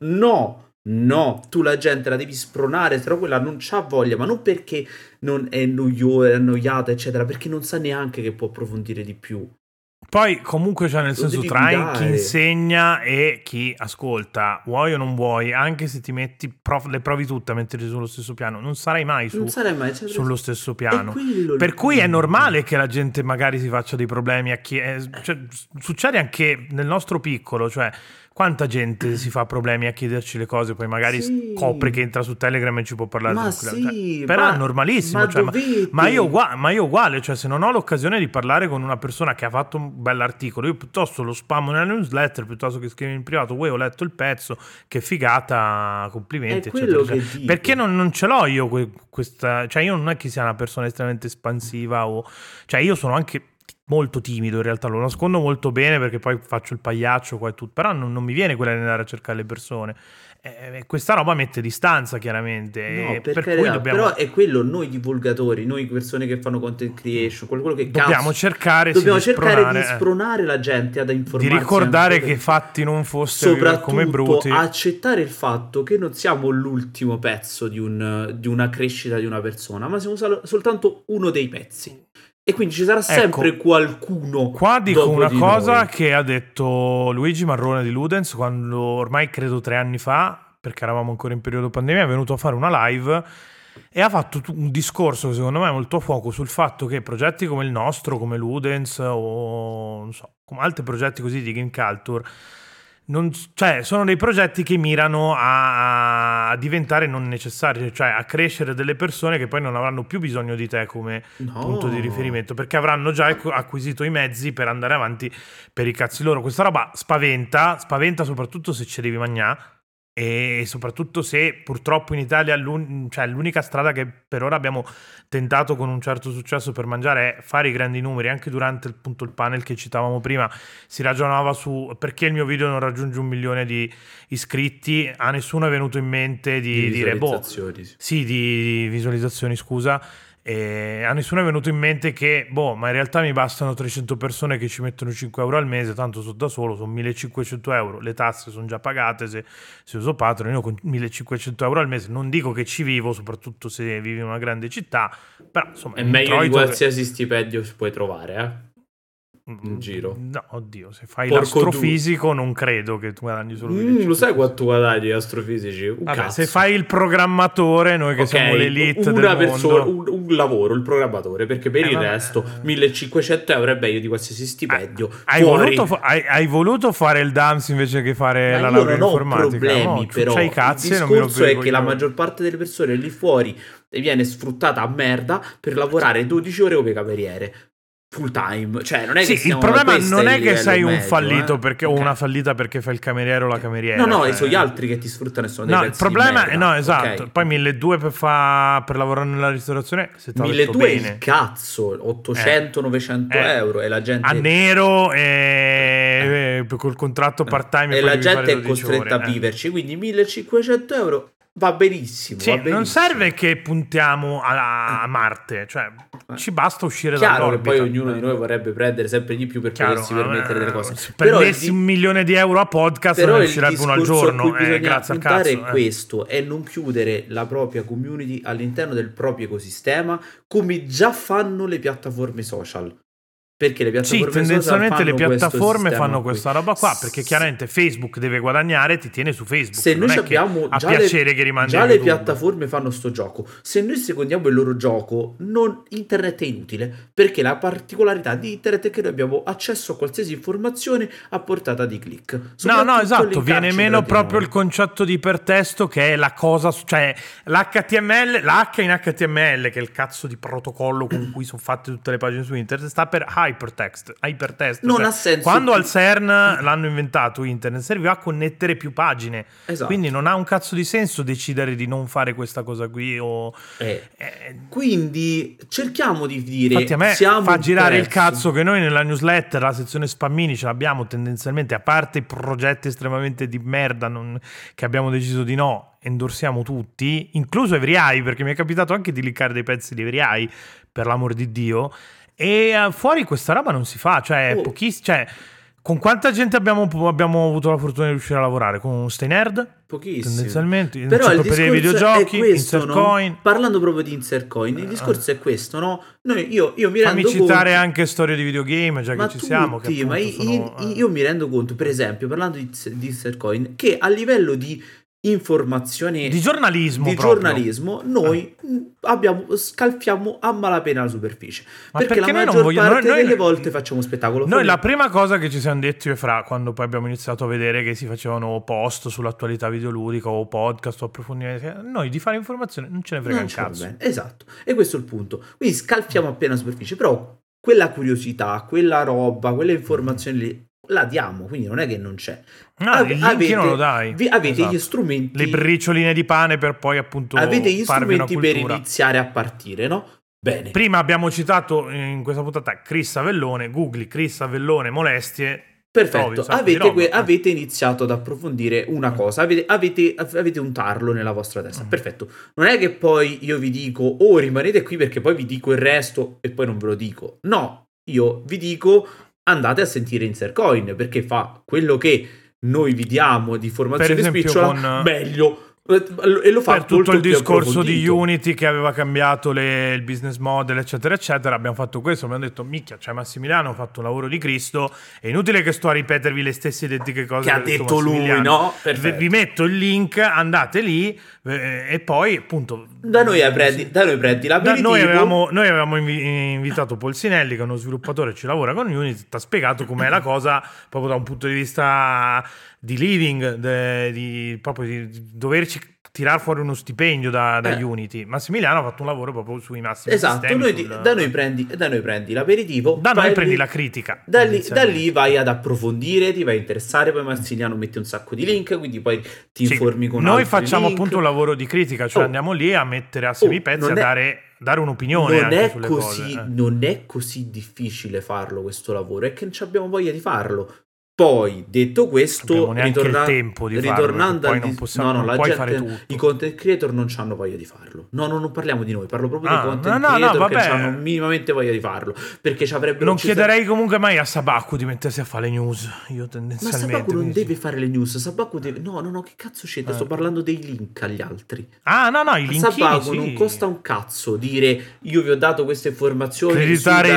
No, tu la gente la devi spronare, se no quella non c'ha voglia, ma non perché non è annoiata eccetera, perché non sa neanche che può approfondire di più. Poi comunque cioè nel senso tra chi insegna e chi ascolta, vuoi o non vuoi, anche se ti metti le provi tutte a metterti sullo stesso piano, non sarai mai sullo stesso piano, per cui è normale che la gente magari si faccia dei problemi cioè, succede anche nel nostro piccolo, cioè quanta gente si fa problemi a chiederci le cose, poi magari scopre che entra su Telegram e ci può parlare cioè, però è normalissimo, ma io uguale, cioè se non ho l'occasione di parlare con una persona che ha fatto un bell'articolo, io piuttosto lo spammo nella newsletter piuttosto che scrivere in privato ho letto il pezzo, che figata, complimenti eccetera. Perché non ce l'ho io questa, cioè io non è che sia una persona estremamente espansiva cioè io sono anche molto timido in realtà, lo nascondo molto bene perché poi faccio il pagliaccio qua e tutto, però non mi viene quella di andare a cercare le persone, questa roba mette distanza chiaramente, per cui dobbiamo... però è quello, noi divulgatori, noi persone che fanno content creation, quello che dobbiamo cercare di spronare la gente ad informarsi, di ricordare che fatti non fossero come bruti, accettare il fatto che non siamo l'ultimo pezzo di una crescita di una persona, ma siamo soltanto uno dei pezzi. E quindi ci sarà sempre qualcuno. Qua dico una cosa che ha detto Luigi Marrone di Ludens quando ormai credo 3 anni fa, perché eravamo ancora in periodo pandemia, è venuto a fare una live e ha fatto un discorso che secondo me è molto a fuoco sul fatto che progetti come il nostro, come Ludens o non so, come altri progetti così di game culture, cioè sono dei progetti che mirano a diventare non necessari, cioè a crescere delle persone che poi non avranno più bisogno di te come punto di riferimento, perché avranno già acquisito i mezzi per andare avanti per i cazzi loro. Questa roba spaventa soprattutto se ci devi mangiare, e soprattutto se purtroppo in Italia cioè l'unica strada che per ora abbiamo tentato con un certo successo per mangiare è fare i grandi numeri. Anche durante appunto il panel che citavamo prima si ragionava su perché il mio video non raggiunge 1 milione di iscritti, a nessuno è venuto in mente di dire di visualizzazioni, scusa. E a nessuno è venuto in mente che ma in realtà mi bastano 300 persone che ci mettono 5 euro al mese, tanto sono da solo, sono 1500 euro, le tasse sono già pagate se uso Patreon. Io con 1500 euro al mese non dico che ci vivo, soprattutto se vivi in una grande città, però insomma è meglio di qualsiasi stipendio si puoi trovare in giro. No, oddio, se fai l'astrofisico non credo che tu guadagni solo 1500. Lo sai quanto guadagni astrofisici? Vabbè, se fai il programmatore, noi che siamo l'elite del persona, un lavoro, il programmatore, perché per il resto 1500 euro è meglio di qualsiasi stipendio. Hai voluto fare il DAMS invece che fare la laurea informatica? Problemi, però c'hai cazzi, il discorso è che la maggior parte delle persone lì fuori viene sfruttata a merda per lavorare 12 ore come cameriere full time, cioè non è che il problema non è che sei un fallito perché o una fallita perché fai il cameriere o la cameriera. No, sono gli altri che ti sfruttano e sono dei pezzi il problema di merda. Esatto. Poi 1200 per lavorare nella ristorazione, se 1200 è il cazzo, 800-900 euro e la gente a nero e col contratto part time e la gente è costretta a viverci, quindi 1500 euro va benissimo, va benissimo. Non serve che puntiamo a Marte, cioè ci basta uscire dall'orbita. Chiaro che poi ognuno di noi vorrebbe prendere sempre di più per potersi permettere delle cose. Se prendessi 1 milione di euro a podcast però ne uscirebbe uno al giorno, grazie al cazzo. È questo, è non chiudere la propria community all'interno del proprio ecosistema, come già fanno le piattaforme social. Perché le piattaforme tendenzialmente le piattaforme fanno questa roba qua, perché chiaramente Facebook deve guadagnare, ti tiene su Facebook. Se noi abbiamo a piacere che rimandi già le piattaforme fanno sto gioco, se noi secondiamo il loro gioco, internet è inutile, perché la particolarità di internet è che noi abbiamo accesso a qualsiasi informazione a portata di click. Esatto, viene meno proprio il concetto di ipertesto, che è la cosa, cioè l'HTML, l'H in HTML, che è il cazzo di protocollo con cui sono fatte tutte le pagine su internet, sta per hypertext non ha senso. Quando al CERN l'hanno inventato internet serviva a connettere più pagine, esatto. Quindi non ha un cazzo di senso decidere di non fare questa cosa qui quindi cerchiamo di dire, infatti a me fa girare il cazzo che noi nella newsletter, la sezione spammini ce l'abbiamo tendenzialmente, a parte i progetti estremamente di merda che abbiamo deciso di endorsiamo tutti, incluso Every Eye, perché mi è capitato anche di linkare dei pezzi di Every Eye, per l'amor di Dio. E fuori questa roba non si fa, cioè pochissimo, cioè con quanta gente abbiamo avuto la fortuna di riuscire a lavorare? Con Stay Nerd? Pochissimo. Tendenzialmente, però il discorso videogiochi, è questo, Insercoin. Parlando proprio di Insercoin, il discorso è questo, no? Io mi rendo conto. Fammi citare anche storie di videogame, già che ci siamo. Che io mi rendo conto, per esempio, parlando di Insercoin, che a livello di informazione di giornalismo noi scalfiamo a malapena la superficie, perché la noi maggior parte delle volte facciamo spettacolo. Noi la prima cosa che ci siamo detti io e Fra, quando poi abbiamo iniziato a vedere che si facevano post sull'attualità videoludica o podcast o approfondimenti, noi di fare informazione non ce ne frega un cazzo. Esatto, e questo è il punto. Quindi scalfiamo appena la superficie, però quella curiosità, quella roba, quelle informazioni lì la diamo, quindi non è che non c'è. Avete, non lo dai. Avete gli strumenti, le bricioline di pane per poi appunto avete gli strumenti per iniziare a partire, no? Bene. Prima abbiamo citato in questa puntata Chris Avellone, googli Chris Avellone molestie. Perfetto, avete iniziato ad approfondire una cosa, avete un tarlo nella vostra testa, perfetto. Non è che poi io vi dico rimanete qui perché poi vi dico il resto e poi non ve lo dico. No, io vi dico andate a sentire Insercoin, perché fa quello che noi vi diamo di formazione spicciola meglio E lo fa per tutto il discorso di approfondito. Unity che aveva cambiato il business model, eccetera eccetera. Abbiamo fatto questo, abbiamo detto minchia, cioè Massimiliano ha fatto un lavoro di Cristo, è inutile che sto a ripetervi le stesse identiche cose Che ha detto lui, no? Vi metto il link, andate lì e poi appunto Da noi prendi l'aperitivo. Noi avevamo invitato Polsinelli, che è uno sviluppatore, ci lavora con Unity, ti ha spiegato com'è la cosa proprio da un punto di vista di living, proprio di doverci tirar fuori uno stipendio da Unity. Massimiliano ha fatto un lavoro proprio sui massimi esatto, sistemi. Da noi prendi l'aperitivo, da noi prendi la critica. Da lì vai ad approfondire, ti vai a interessare, poi Massimiliano mette un sacco di link, quindi poi ti informi con noi altri facciamo link. appunto un lavoro di critica, cioè andiamo lì a mettere assieme i pezzi, a dare un'opinione anche sulle cose. Non è così difficile farlo questo lavoro, è che non abbiamo voglia di farlo. Poi, detto questo, il tempo di ritornando farlo, poi non possiamo, non puoi fare tutto. I content creator non hanno voglia di farlo. No, non parliamo di noi, parlo proprio dei content creator che hanno minimamente voglia di farlo, perché ci avrebbero... Non chiederei comunque mai a Sabaku di mettersi a fare le news, io tendenzialmente. Ma Sabaku non deve fare le news, Sabaku deve... No, che cazzo c'entra? Sto parlando dei link agli altri. No, i link. Sabaku non costa un cazzo dire io vi ho dato queste informazioni, creditare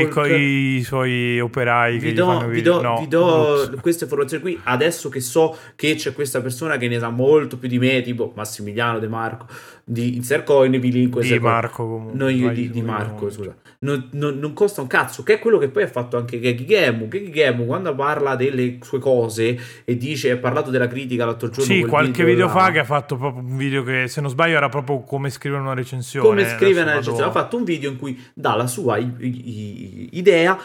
i suoi operai che vi do queste informazioni qui, adesso che so che c'è questa persona che ne sa molto più di me, tipo Massimiliano De Marco di Insercoin, vi linko di Marco comunque. Di Marco, scusa. Non costa un cazzo, che è quello che poi ha fatto anche Gegigemu quando parla delle sue cose e dice, ha parlato della critica l'altro giorno. Sì, qualche video fa che ha fatto proprio un video che, se non sbaglio, era proprio come scrivere una recensione. Ha fatto un video in cui dà la sua idea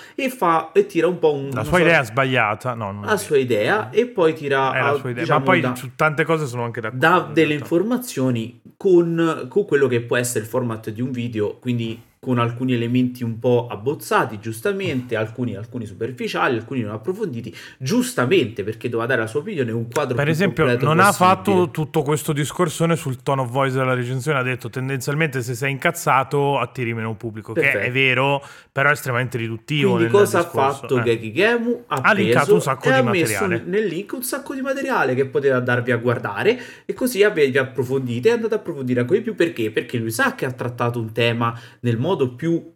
e tira un po' la sua idea sbagliata, la sua idea, e poi tira la sua idea. Diciamo, ma poi su tante cose sono anche d'accordo. Dà delle informazioni con quello che può essere il format di un video, quindi con alcuni elementi un po' abbozzati, giustamente, alcuni superficiali, alcuni non approfonditi, giustamente, perché doveva dare la sua opinione, un quadro per più esempio non possibile. Ha fatto tutto questo discorsone sul tone of voice della recensione, ha detto tendenzialmente se sei incazzato attiri meno pubblico. Perfetto. Che è vero, però è estremamente riduttivo. Quindi cosa ha fatto Gegigemu? Ha linkato un sacco di materiale, messo nel link un sacco di materiale che poteva darvi a guardare, e così vi approfondite e andate a approfondire ancora di più. Perché lui sa che ha trattato un tema nel modo più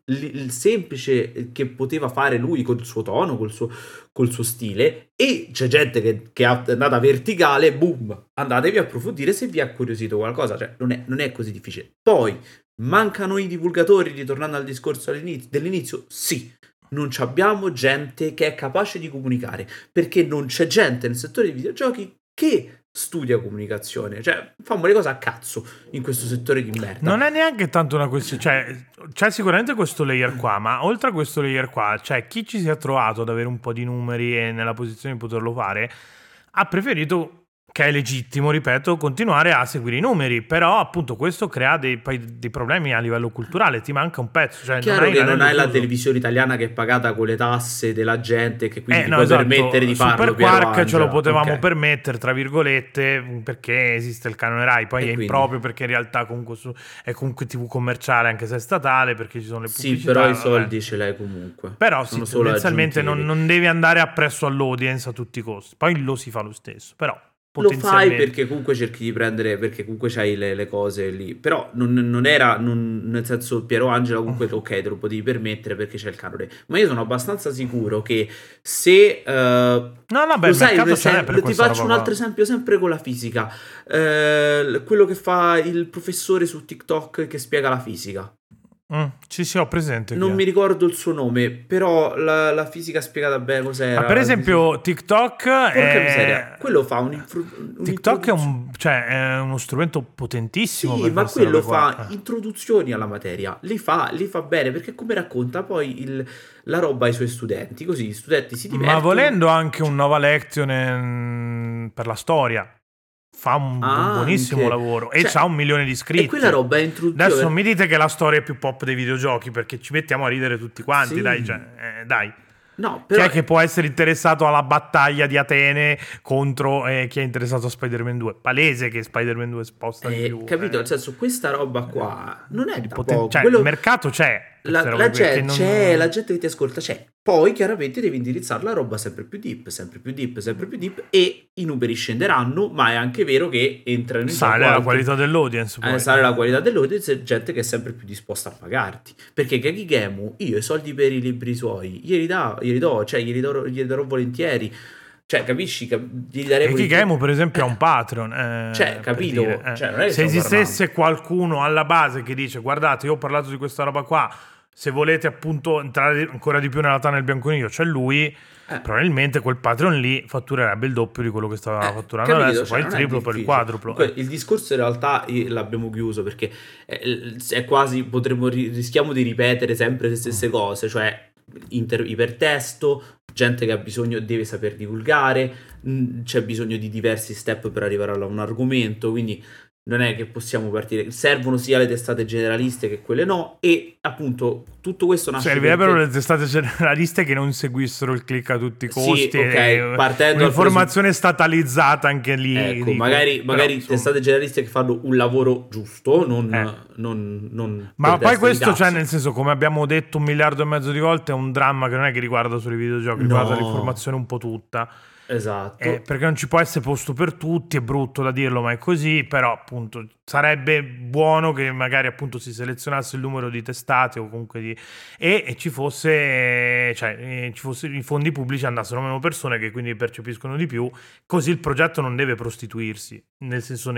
semplice che poteva fare lui, col suo tono, col suo stile, e c'è gente che è andata verticale, boom, andatevi a approfondire se vi ha curiosito qualcosa, cioè non è così difficile. Poi mancano i divulgatori, ritornando al discorso dell'inizio, sì, non abbiamo gente che è capace di comunicare, perché non c'è gente nel settore dei videogiochi che studia comunicazione, cioè fammo le cose a cazzo in questo settore di merda. Non è neanche tanto una questione, cioè c'è sicuramente questo layer qua, ma oltre a questo layer qua, cioè chi ci si è trovato ad avere un po' di numeri e nella posizione di poterlo fare ha preferito, che è legittimo, ripeto, continuare a seguire i numeri, però appunto questo crea dei problemi a livello culturale, ti manca un pezzo. Cioè, chiaro che non hai la televisione italiana che è pagata con le tasse della gente, che quindi ti puoi permettere di farlo. Super Quark ce lo potevamo permettere, tra virgolette, perché esiste il canone Rai, poi è improprio perché in realtà comunque è comunque TV commerciale, anche se è statale, perché ci sono le pubblicità. Sì, però i soldi ce l'hai comunque. Però sì, tendenzialmente non devi andare appresso all'audience a tutti i costi, poi lo si fa lo stesso, però lo fai perché comunque cerchi di prendere, perché comunque c'hai le cose lì, però non era, nel senso, Piero Angela comunque ok, te lo potevi permettere perché c'è il canone, ma io sono abbastanza sicuro che se ti faccio un altro esempio sempre con la fisica, quello che fa il professore su TikTok che spiega la fisica. Sì, ho presente. Non mi ricordo il suo nome, però la fisica spiegata bene cos'era. Per esempio, TikTok miseria. Quello fa TikTok è uno strumento potentissimo. Sì, ma quello fa introduzioni alla materia. Li fa bene, perché come racconta poi la roba ai suoi studenti, così gli studenti si divertono. Ma volendo anche un Nova Lection per la storia. Fa un buonissimo lavoro e c'ha 1 milione di iscritti. E quella roba è introduzione. Adesso non mi dite che la storia è più pop dei videogiochi, perché ci mettiamo a ridere tutti quanti, sì. Dai. No, però... Chi è che può essere interessato alla battaglia di Atene contro chi è interessato a Spider-Man 2? Palese che Spider-Man 2 sposta di più. Capito? Nel senso, questa roba qua non è da poco. Cioè, il mercato c'è. La gente che ti ascolta c'è. poi chiaramente devi indirizzare la roba sempre più deep, sempre più deep, sempre più deep, e i numeri scenderanno, ma è anche vero che entrano in sale gioco la qualità dell'audience, poi. sale la qualità dell'audience e gente che è sempre più disposta a pagarti, perché Kakigemu, io i soldi per i libri suoi glieli darò volentieri. Cioè, capisci? Gli darei Kakigemu, per esempio, ha un Patreon. Cioè, capito? Cioè, non è che se esistesse parlando. qualcuno alla base che dice: guardate, io ho parlato di questa roba qua, se volete appunto entrare ancora di più nella tana del bianconiglio, c'è lui. Probabilmente quel Patreon lì fatturerebbe il doppio di quello che stava fatturando adesso, cioè, poi il triplo per il quadruplo. Comunque, il discorso in realtà l'abbiamo chiuso, perché è quasi, rischiamo di ripetere sempre le stesse cose, cioè ipertesto, gente che ha bisogno, deve saper divulgare, c'è bisogno di diversi step per arrivare a un argomento, quindi non è che possiamo partire, servono sia le testate generaliste che quelle no, e appunto tutto questo nasce servirebbero le testate generaliste che non seguissero il click a tutti i costi, sì, okay, partendo un'informazione statalizzata anche lì, ecco, magari testate generaliste che fanno un lavoro giusto, non ma poi questo, cioè, nel senso, come abbiamo detto 1,5 miliardi di volte, è un dramma che non è che riguarda solo i videogiochi, riguarda l'informazione un po' tutta. Esatto. Perché non ci può essere posto per tutti, è brutto da dirlo, ma è così. Però appunto sarebbe buono che magari appunto si selezionasse il numero di testate o comunque e ci fosse, cioè ci fosse, i fondi pubblici andassero meno persone che quindi percepiscono di più, così il progetto non deve prostituirsi, nel senso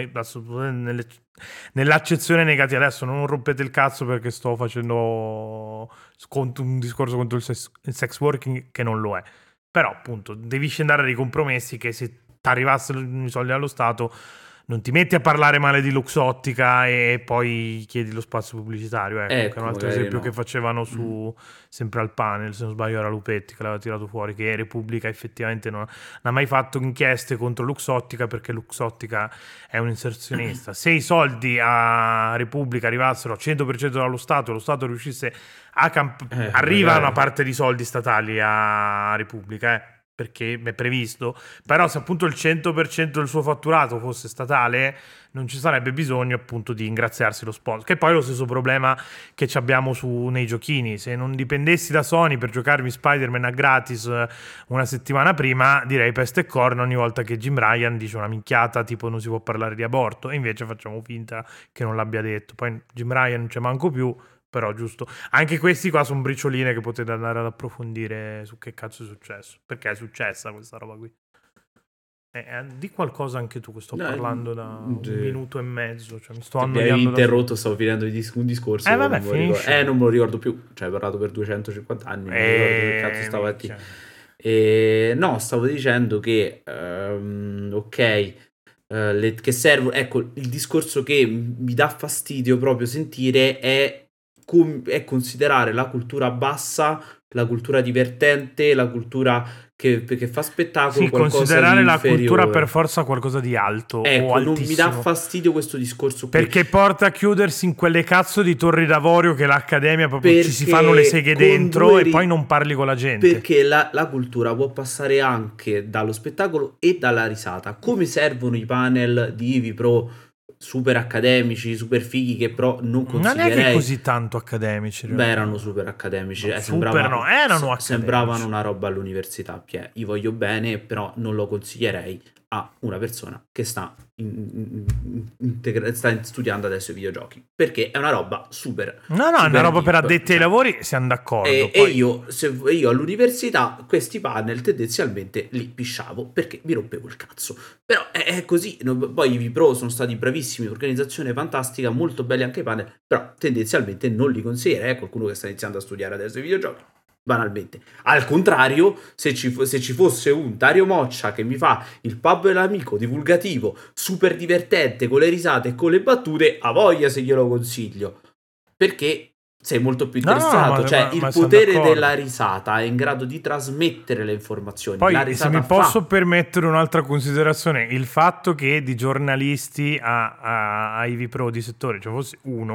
nell'accezione negativa. Adesso non rompete il cazzo perché sto facendo un discorso contro il sex working, che non lo è. Però appunto devi scendere a dei compromessi che se ti arrivassero i soldi allo Stato non ti metti a parlare male di Luxottica e poi chiedi lo spazio pubblicitario. Ecco, che è un altro esempio che facevano su sempre al Panel, se non sbaglio era Lupetti che l'aveva tirato fuori, che Repubblica effettivamente non ha mai fatto inchieste contro Luxottica perché Luxottica è un inserzionista. Se i soldi a Repubblica arrivassero al 100% dallo Stato e lo Stato riuscisse arriva una parte di soldi statali a Repubblica, perché è previsto, però se appunto il 100% del suo fatturato fosse statale non ci sarebbe bisogno appunto di ingraziarsi lo sponsor, che poi è lo stesso problema che abbiamo nei giochini. Se non dipendessi da Sony per giocarmi Spider-Man a gratis una settimana prima, direi peste e corna ogni volta che Jim Ryan dice una minchiata tipo non si può parlare di aborto, e invece facciamo finta che non l'abbia detto. Poi Jim Ryan non c'è manco più, però giusto, anche questi qua sono bricioline che potete andare ad approfondire su che cazzo è successo, perché è successa questa roba qui. Di qualcosa anche tu, che sto parlando da un minuto e mezzo, cioè mi sto annoiando. Mi hai interrotto, stavo finendo un discorso, vabbè, finisci. Non me lo ricordo più, cioè hai parlato per 250 anni, non mi ricordo che cazzo stava a dire. No, stavo dicendo che che servono, ecco, il discorso che mi dà fastidio proprio sentire è considerare la cultura bassa, la cultura divertente, la cultura che fa spettacolo, sì, qualcosa considerare di la inferiore. Cultura per forza qualcosa di alto, ecco, o altissimo. Non mi dà fastidio questo discorso qui, perché porta a chiudersi in quelle cazzo di torri d'avorio che l'Accademia proprio ci si fanno le seghe dentro e poi non parli con la gente. Perché la cultura può passare anche dallo spettacolo e dalla risata. Come servono i panel di Ivi Pro super accademici, super fighi, che però non consiglierei. Non è che così tanto accademici. Beh, erano super accademici. Erano sembravano una roba all'università. Io voglio bene, però non lo consiglierei a una persona che sta studiando adesso i videogiochi, perché è una roba super. No, è una roba per addetti ai lavori, siamo d'accordo. E io all'università questi panel tendenzialmente li pisciavo perché mi rompevo il cazzo. Però è così. Poi i V-Pro sono stati bravissimi, organizzazione fantastica, molto belli anche i panel, però tendenzialmente non li consiglierei a qualcuno che sta iniziando a studiare adesso i videogiochi. Banalmente. Al contrario, se ci fosse un Dario Moccia che mi fa il pub dell'amico divulgativo, super divertente, con le risate e con le battute, a voglia se glielo consiglio, perché sei molto più interessato. Il potere della risata è in grado di trasmettere le informazioni. Poi, se mi posso permettere un'altra considerazione, il fatto che di giornalisti ai V-Pro di settore ci fosse uno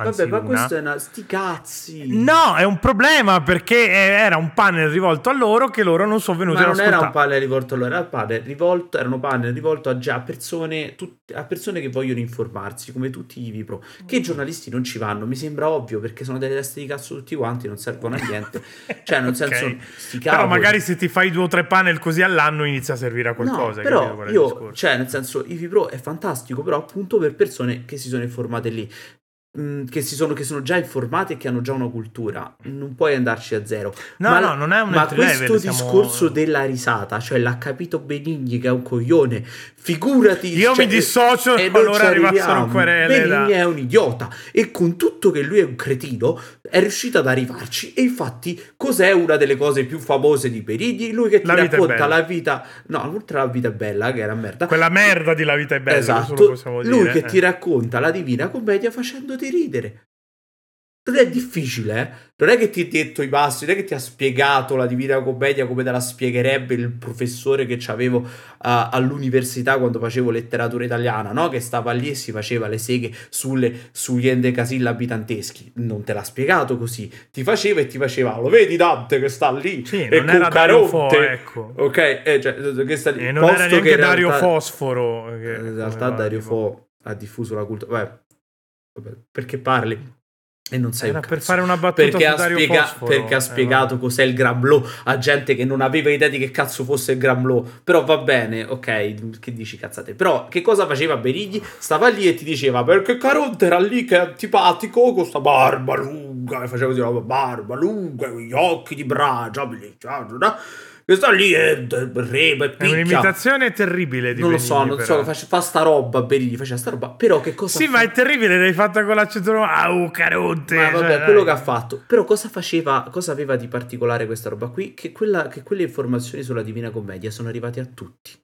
anzi vabbè, ma questo è sti cazzi. No, è un problema perché era un panel rivolto a loro che loro non sono venuti ad ascoltare. Ma non era un panel rivolto a loro, erano panel rivolto a persone, a persone che vogliono informarsi, come tutti i Vipro. Che i giornalisti non ci vanno, mi sembra ovvio, perché sono delle teste di cazzo tutti quanti, non servono a niente. Cioè, nel senso, sti cavoli. Però magari se ti fai 2 o 3 panel così all'anno inizia a servire a qualcosa. No, però io, cioè, nel senso, i Vipro è fantastico, però appunto per persone che si sono informate lì. Che sono già informati e che hanno già una cultura, non puoi andarci a zero. No, non è un ma questo discorso della risata, cioè l'ha capito Benigni che è un coglione, figurati. Io mi dissocio e allora arrivassero querele. Benigni è un idiota e con tutto che lui è un cretino è riuscito ad arrivarci. E infatti cos'è una delle cose più famose di Benigni? Lui che ti racconta la vita, no, oltre alla vita è bella, che era merda, quella merda di La vita è bella, esatto, possiamo lui dire, che ti racconta la Divina Commedia facendoti ridere. Non è difficile, non è che ti ha detto i passi, non è che ti ha spiegato la Divina Commedia come te la spiegherebbe il professore che c'avevo all'università quando facevo letteratura italiana, no? Che stava lì e si faceva le seghe sugli endecasillabi danteschi. Non te l'ha spiegato così, ti faceva e ti faceva, lo vedi Dante che sta lì sì, e non con era Caronte, ecco. Ok, cioè, che sta lì. E non era neanche Dario Fosforo che in realtà Dario Fo ha diffuso la cultura. Vabbè, perché parli e non sai era un cazzo. Per fare una battuta perché su Dario Fosforo, perché ha spiegato cos'è il Gramblò a gente che non aveva idea di che cazzo fosse il Gramblò. Però va bene, ok, che dici cazzate. Però che cosa faceva Benigni? Stava lì e ti diceva perché Caronte era lì che è antipatico con sta barba lunga, e faceva così la barba lunga, con gli occhi di bragia, che sta lì e reba e picchia. È un'imitazione terribile di non Benigni, lo so, fa sta roba Benigni, faceva sta roba, però che cosa sì, ma è terribile, l'hai fatta con l'accento Caronte. Ma vabbè, quello che ha fatto. Però cosa faceva, cosa aveva di particolare questa roba qui? Che quelle informazioni sulla Divina Commedia sono arrivate a tutti.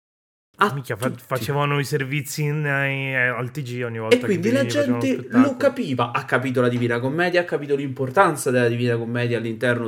Mica facevano i servizi al TG ogni volta. E quindi la gente lo capiva, ha capito la Divina Commedia, ha capito l'importanza della Divina Commedia all'interno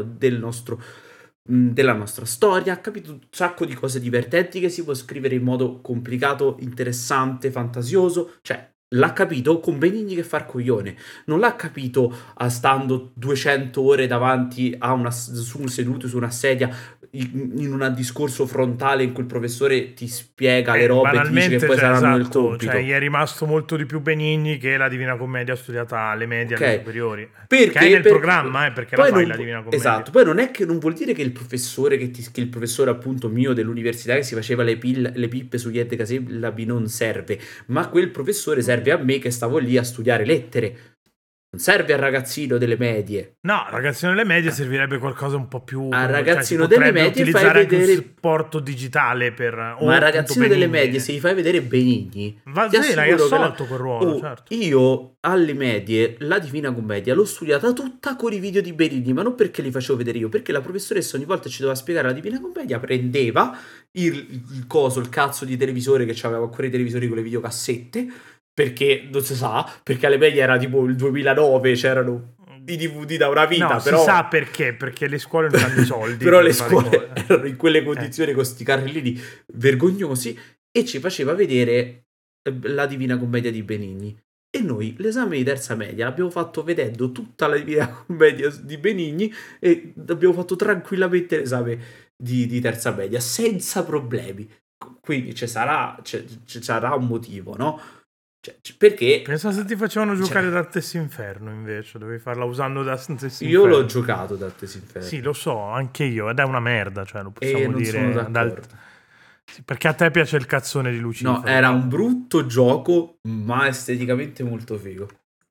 della nostra storia, ha capito un sacco di cose divertenti che si può scrivere in modo complicato, interessante, fantasioso, cioè l'ha capito con Benigni che fa il coglione, non l'ha capito stando 200 ore davanti a seduto su una sedia in un discorso frontale in cui il professore ti spiega le robe e ti dice che poi saranno nel compito. Cioè, gli è rimasto molto di più Benigni che la Divina Commedia studiata alle medie, alle superiori. Perché è nel programma, perché la fai la Divina Commedia. Esatto, poi non è che non vuol dire che il professore che il professore appunto mio dell'università che si faceva le pippe sugli endecasillabi non serve, ma quel professore serve a me che stavo lì a studiare lettere. Non serve al ragazzino delle medie. No, al ragazzino delle medie servirebbe qualcosa un po' più. Al ragazzino delle medie fai vedere anche un supporto digitale per. Ma al ragazzino delle medie, se gli fai vedere Benigni, l'hai assolto quel ruolo. Certo. Io alle medie la Divina Commedia l'ho studiata tutta con i video di Benigni, ma non perché li facevo vedere io, perché la professoressa ogni volta ci doveva spiegare la Divina Commedia, prendeva il cazzo di televisore che c'aveva ancora i televisori con le videocassette. Perché non si sa, perché alle medie era tipo il 2009, c'erano i DVD da una vita. No, però si sa perché le scuole non hanno i soldi. Però le scuole erano in quelle condizioni con sti carrellini vergognosi e ci faceva vedere la Divina Commedia di Benigni. E noi l'esame di terza media l'abbiamo fatto vedendo tutta la Divina Commedia di Benigni e abbiamo fatto tranquillamente l'esame di terza media senza problemi. Quindi ci sarà un motivo, no? Perché pensa se ti facevano giocare Dantes Inferno invece dovevi farla usando Dantes Inferno. Io l'ho giocato Dantes Inferno. Sì, lo so, anche io, ed è una merda, cioè lo possiamo non dire. Sono d'accordo. Sì, perché a te piace il cazzone di Lucifero. No, era un brutto gioco, ma esteticamente molto figo.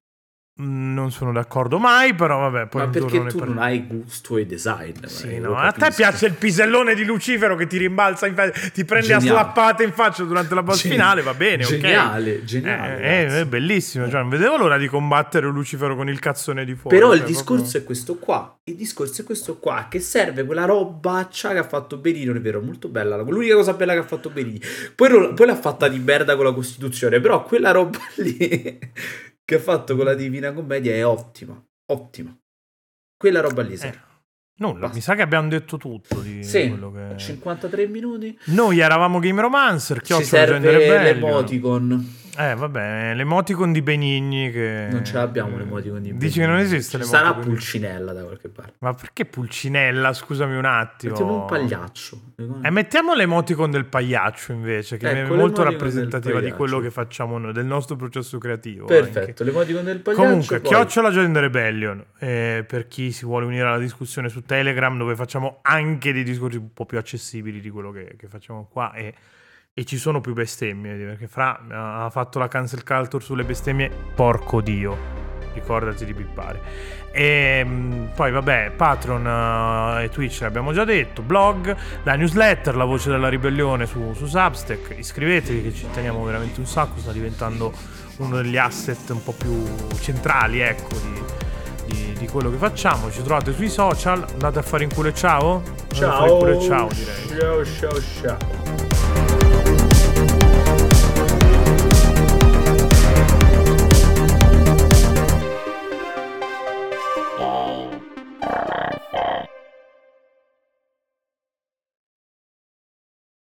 Non sono d'accordo mai, però vabbè. Poi ma perché tu non hai gusto e design. Sì, no. A te piace il pisellone di Lucifero che ti rimbalza in faccia, ti prende geniale. A slappate in faccia durante la boss finale, va bene, geniale, è bellissimo, cioè, non vedevo l'ora di combattere Lucifero con il cazzone di fuoco. Però il discorso è questo qua, che serve quella robaccia che ha fatto Benigni, non è vero, molto bella, l'unica cosa bella che ha fatto Benigni. Poi l'ha fatta di merda con la Costituzione, però quella roba lì che ha fatto con la Divina Commedia è ottima. Quella roba lì serve. Nulla, mi sa che abbiamo detto tutto di quello che... 53 minuti. Noi eravamo Game Romancer, ci serve l'emoticon. Vabbè, l'emoticon di Benigni che... Non ce l'abbiamo l'emoticon di Benigni. Dici che non esiste l'emoticon? Sarà Pulcinella da qualche parte. Ma perché Pulcinella? Scusami un attimo. Mettiamo un pagliaccio. Mettiamo l'emoticon del pagliaccio invece, che è molto rappresentativa di quello che facciamo noi, del nostro processo creativo. Perfetto, anche. L'emoticon del pagliaccio. Comunque, @ Agenda Rebellion, per chi si vuole unire alla discussione su Telegram, dove facciamo anche dei discorsi un po' più accessibili di quello che facciamo qua e ci sono più bestemmie, perché Fra ha fatto la cancel culture sulle bestemmie, porco Dio, ricordati di bippare. E poi vabbè, Patreon e Twitch l'abbiamo già detto, blog, la newsletter, la voce della ribellione su Substack, iscrivetevi che ci teniamo veramente un sacco, sta diventando uno degli asset un po' più centrali, ecco, di quello che facciamo. Ci trovate sui social, andate a fare in culo e ciao? Ciao, a fare in culo e ciao, direi. Ciao.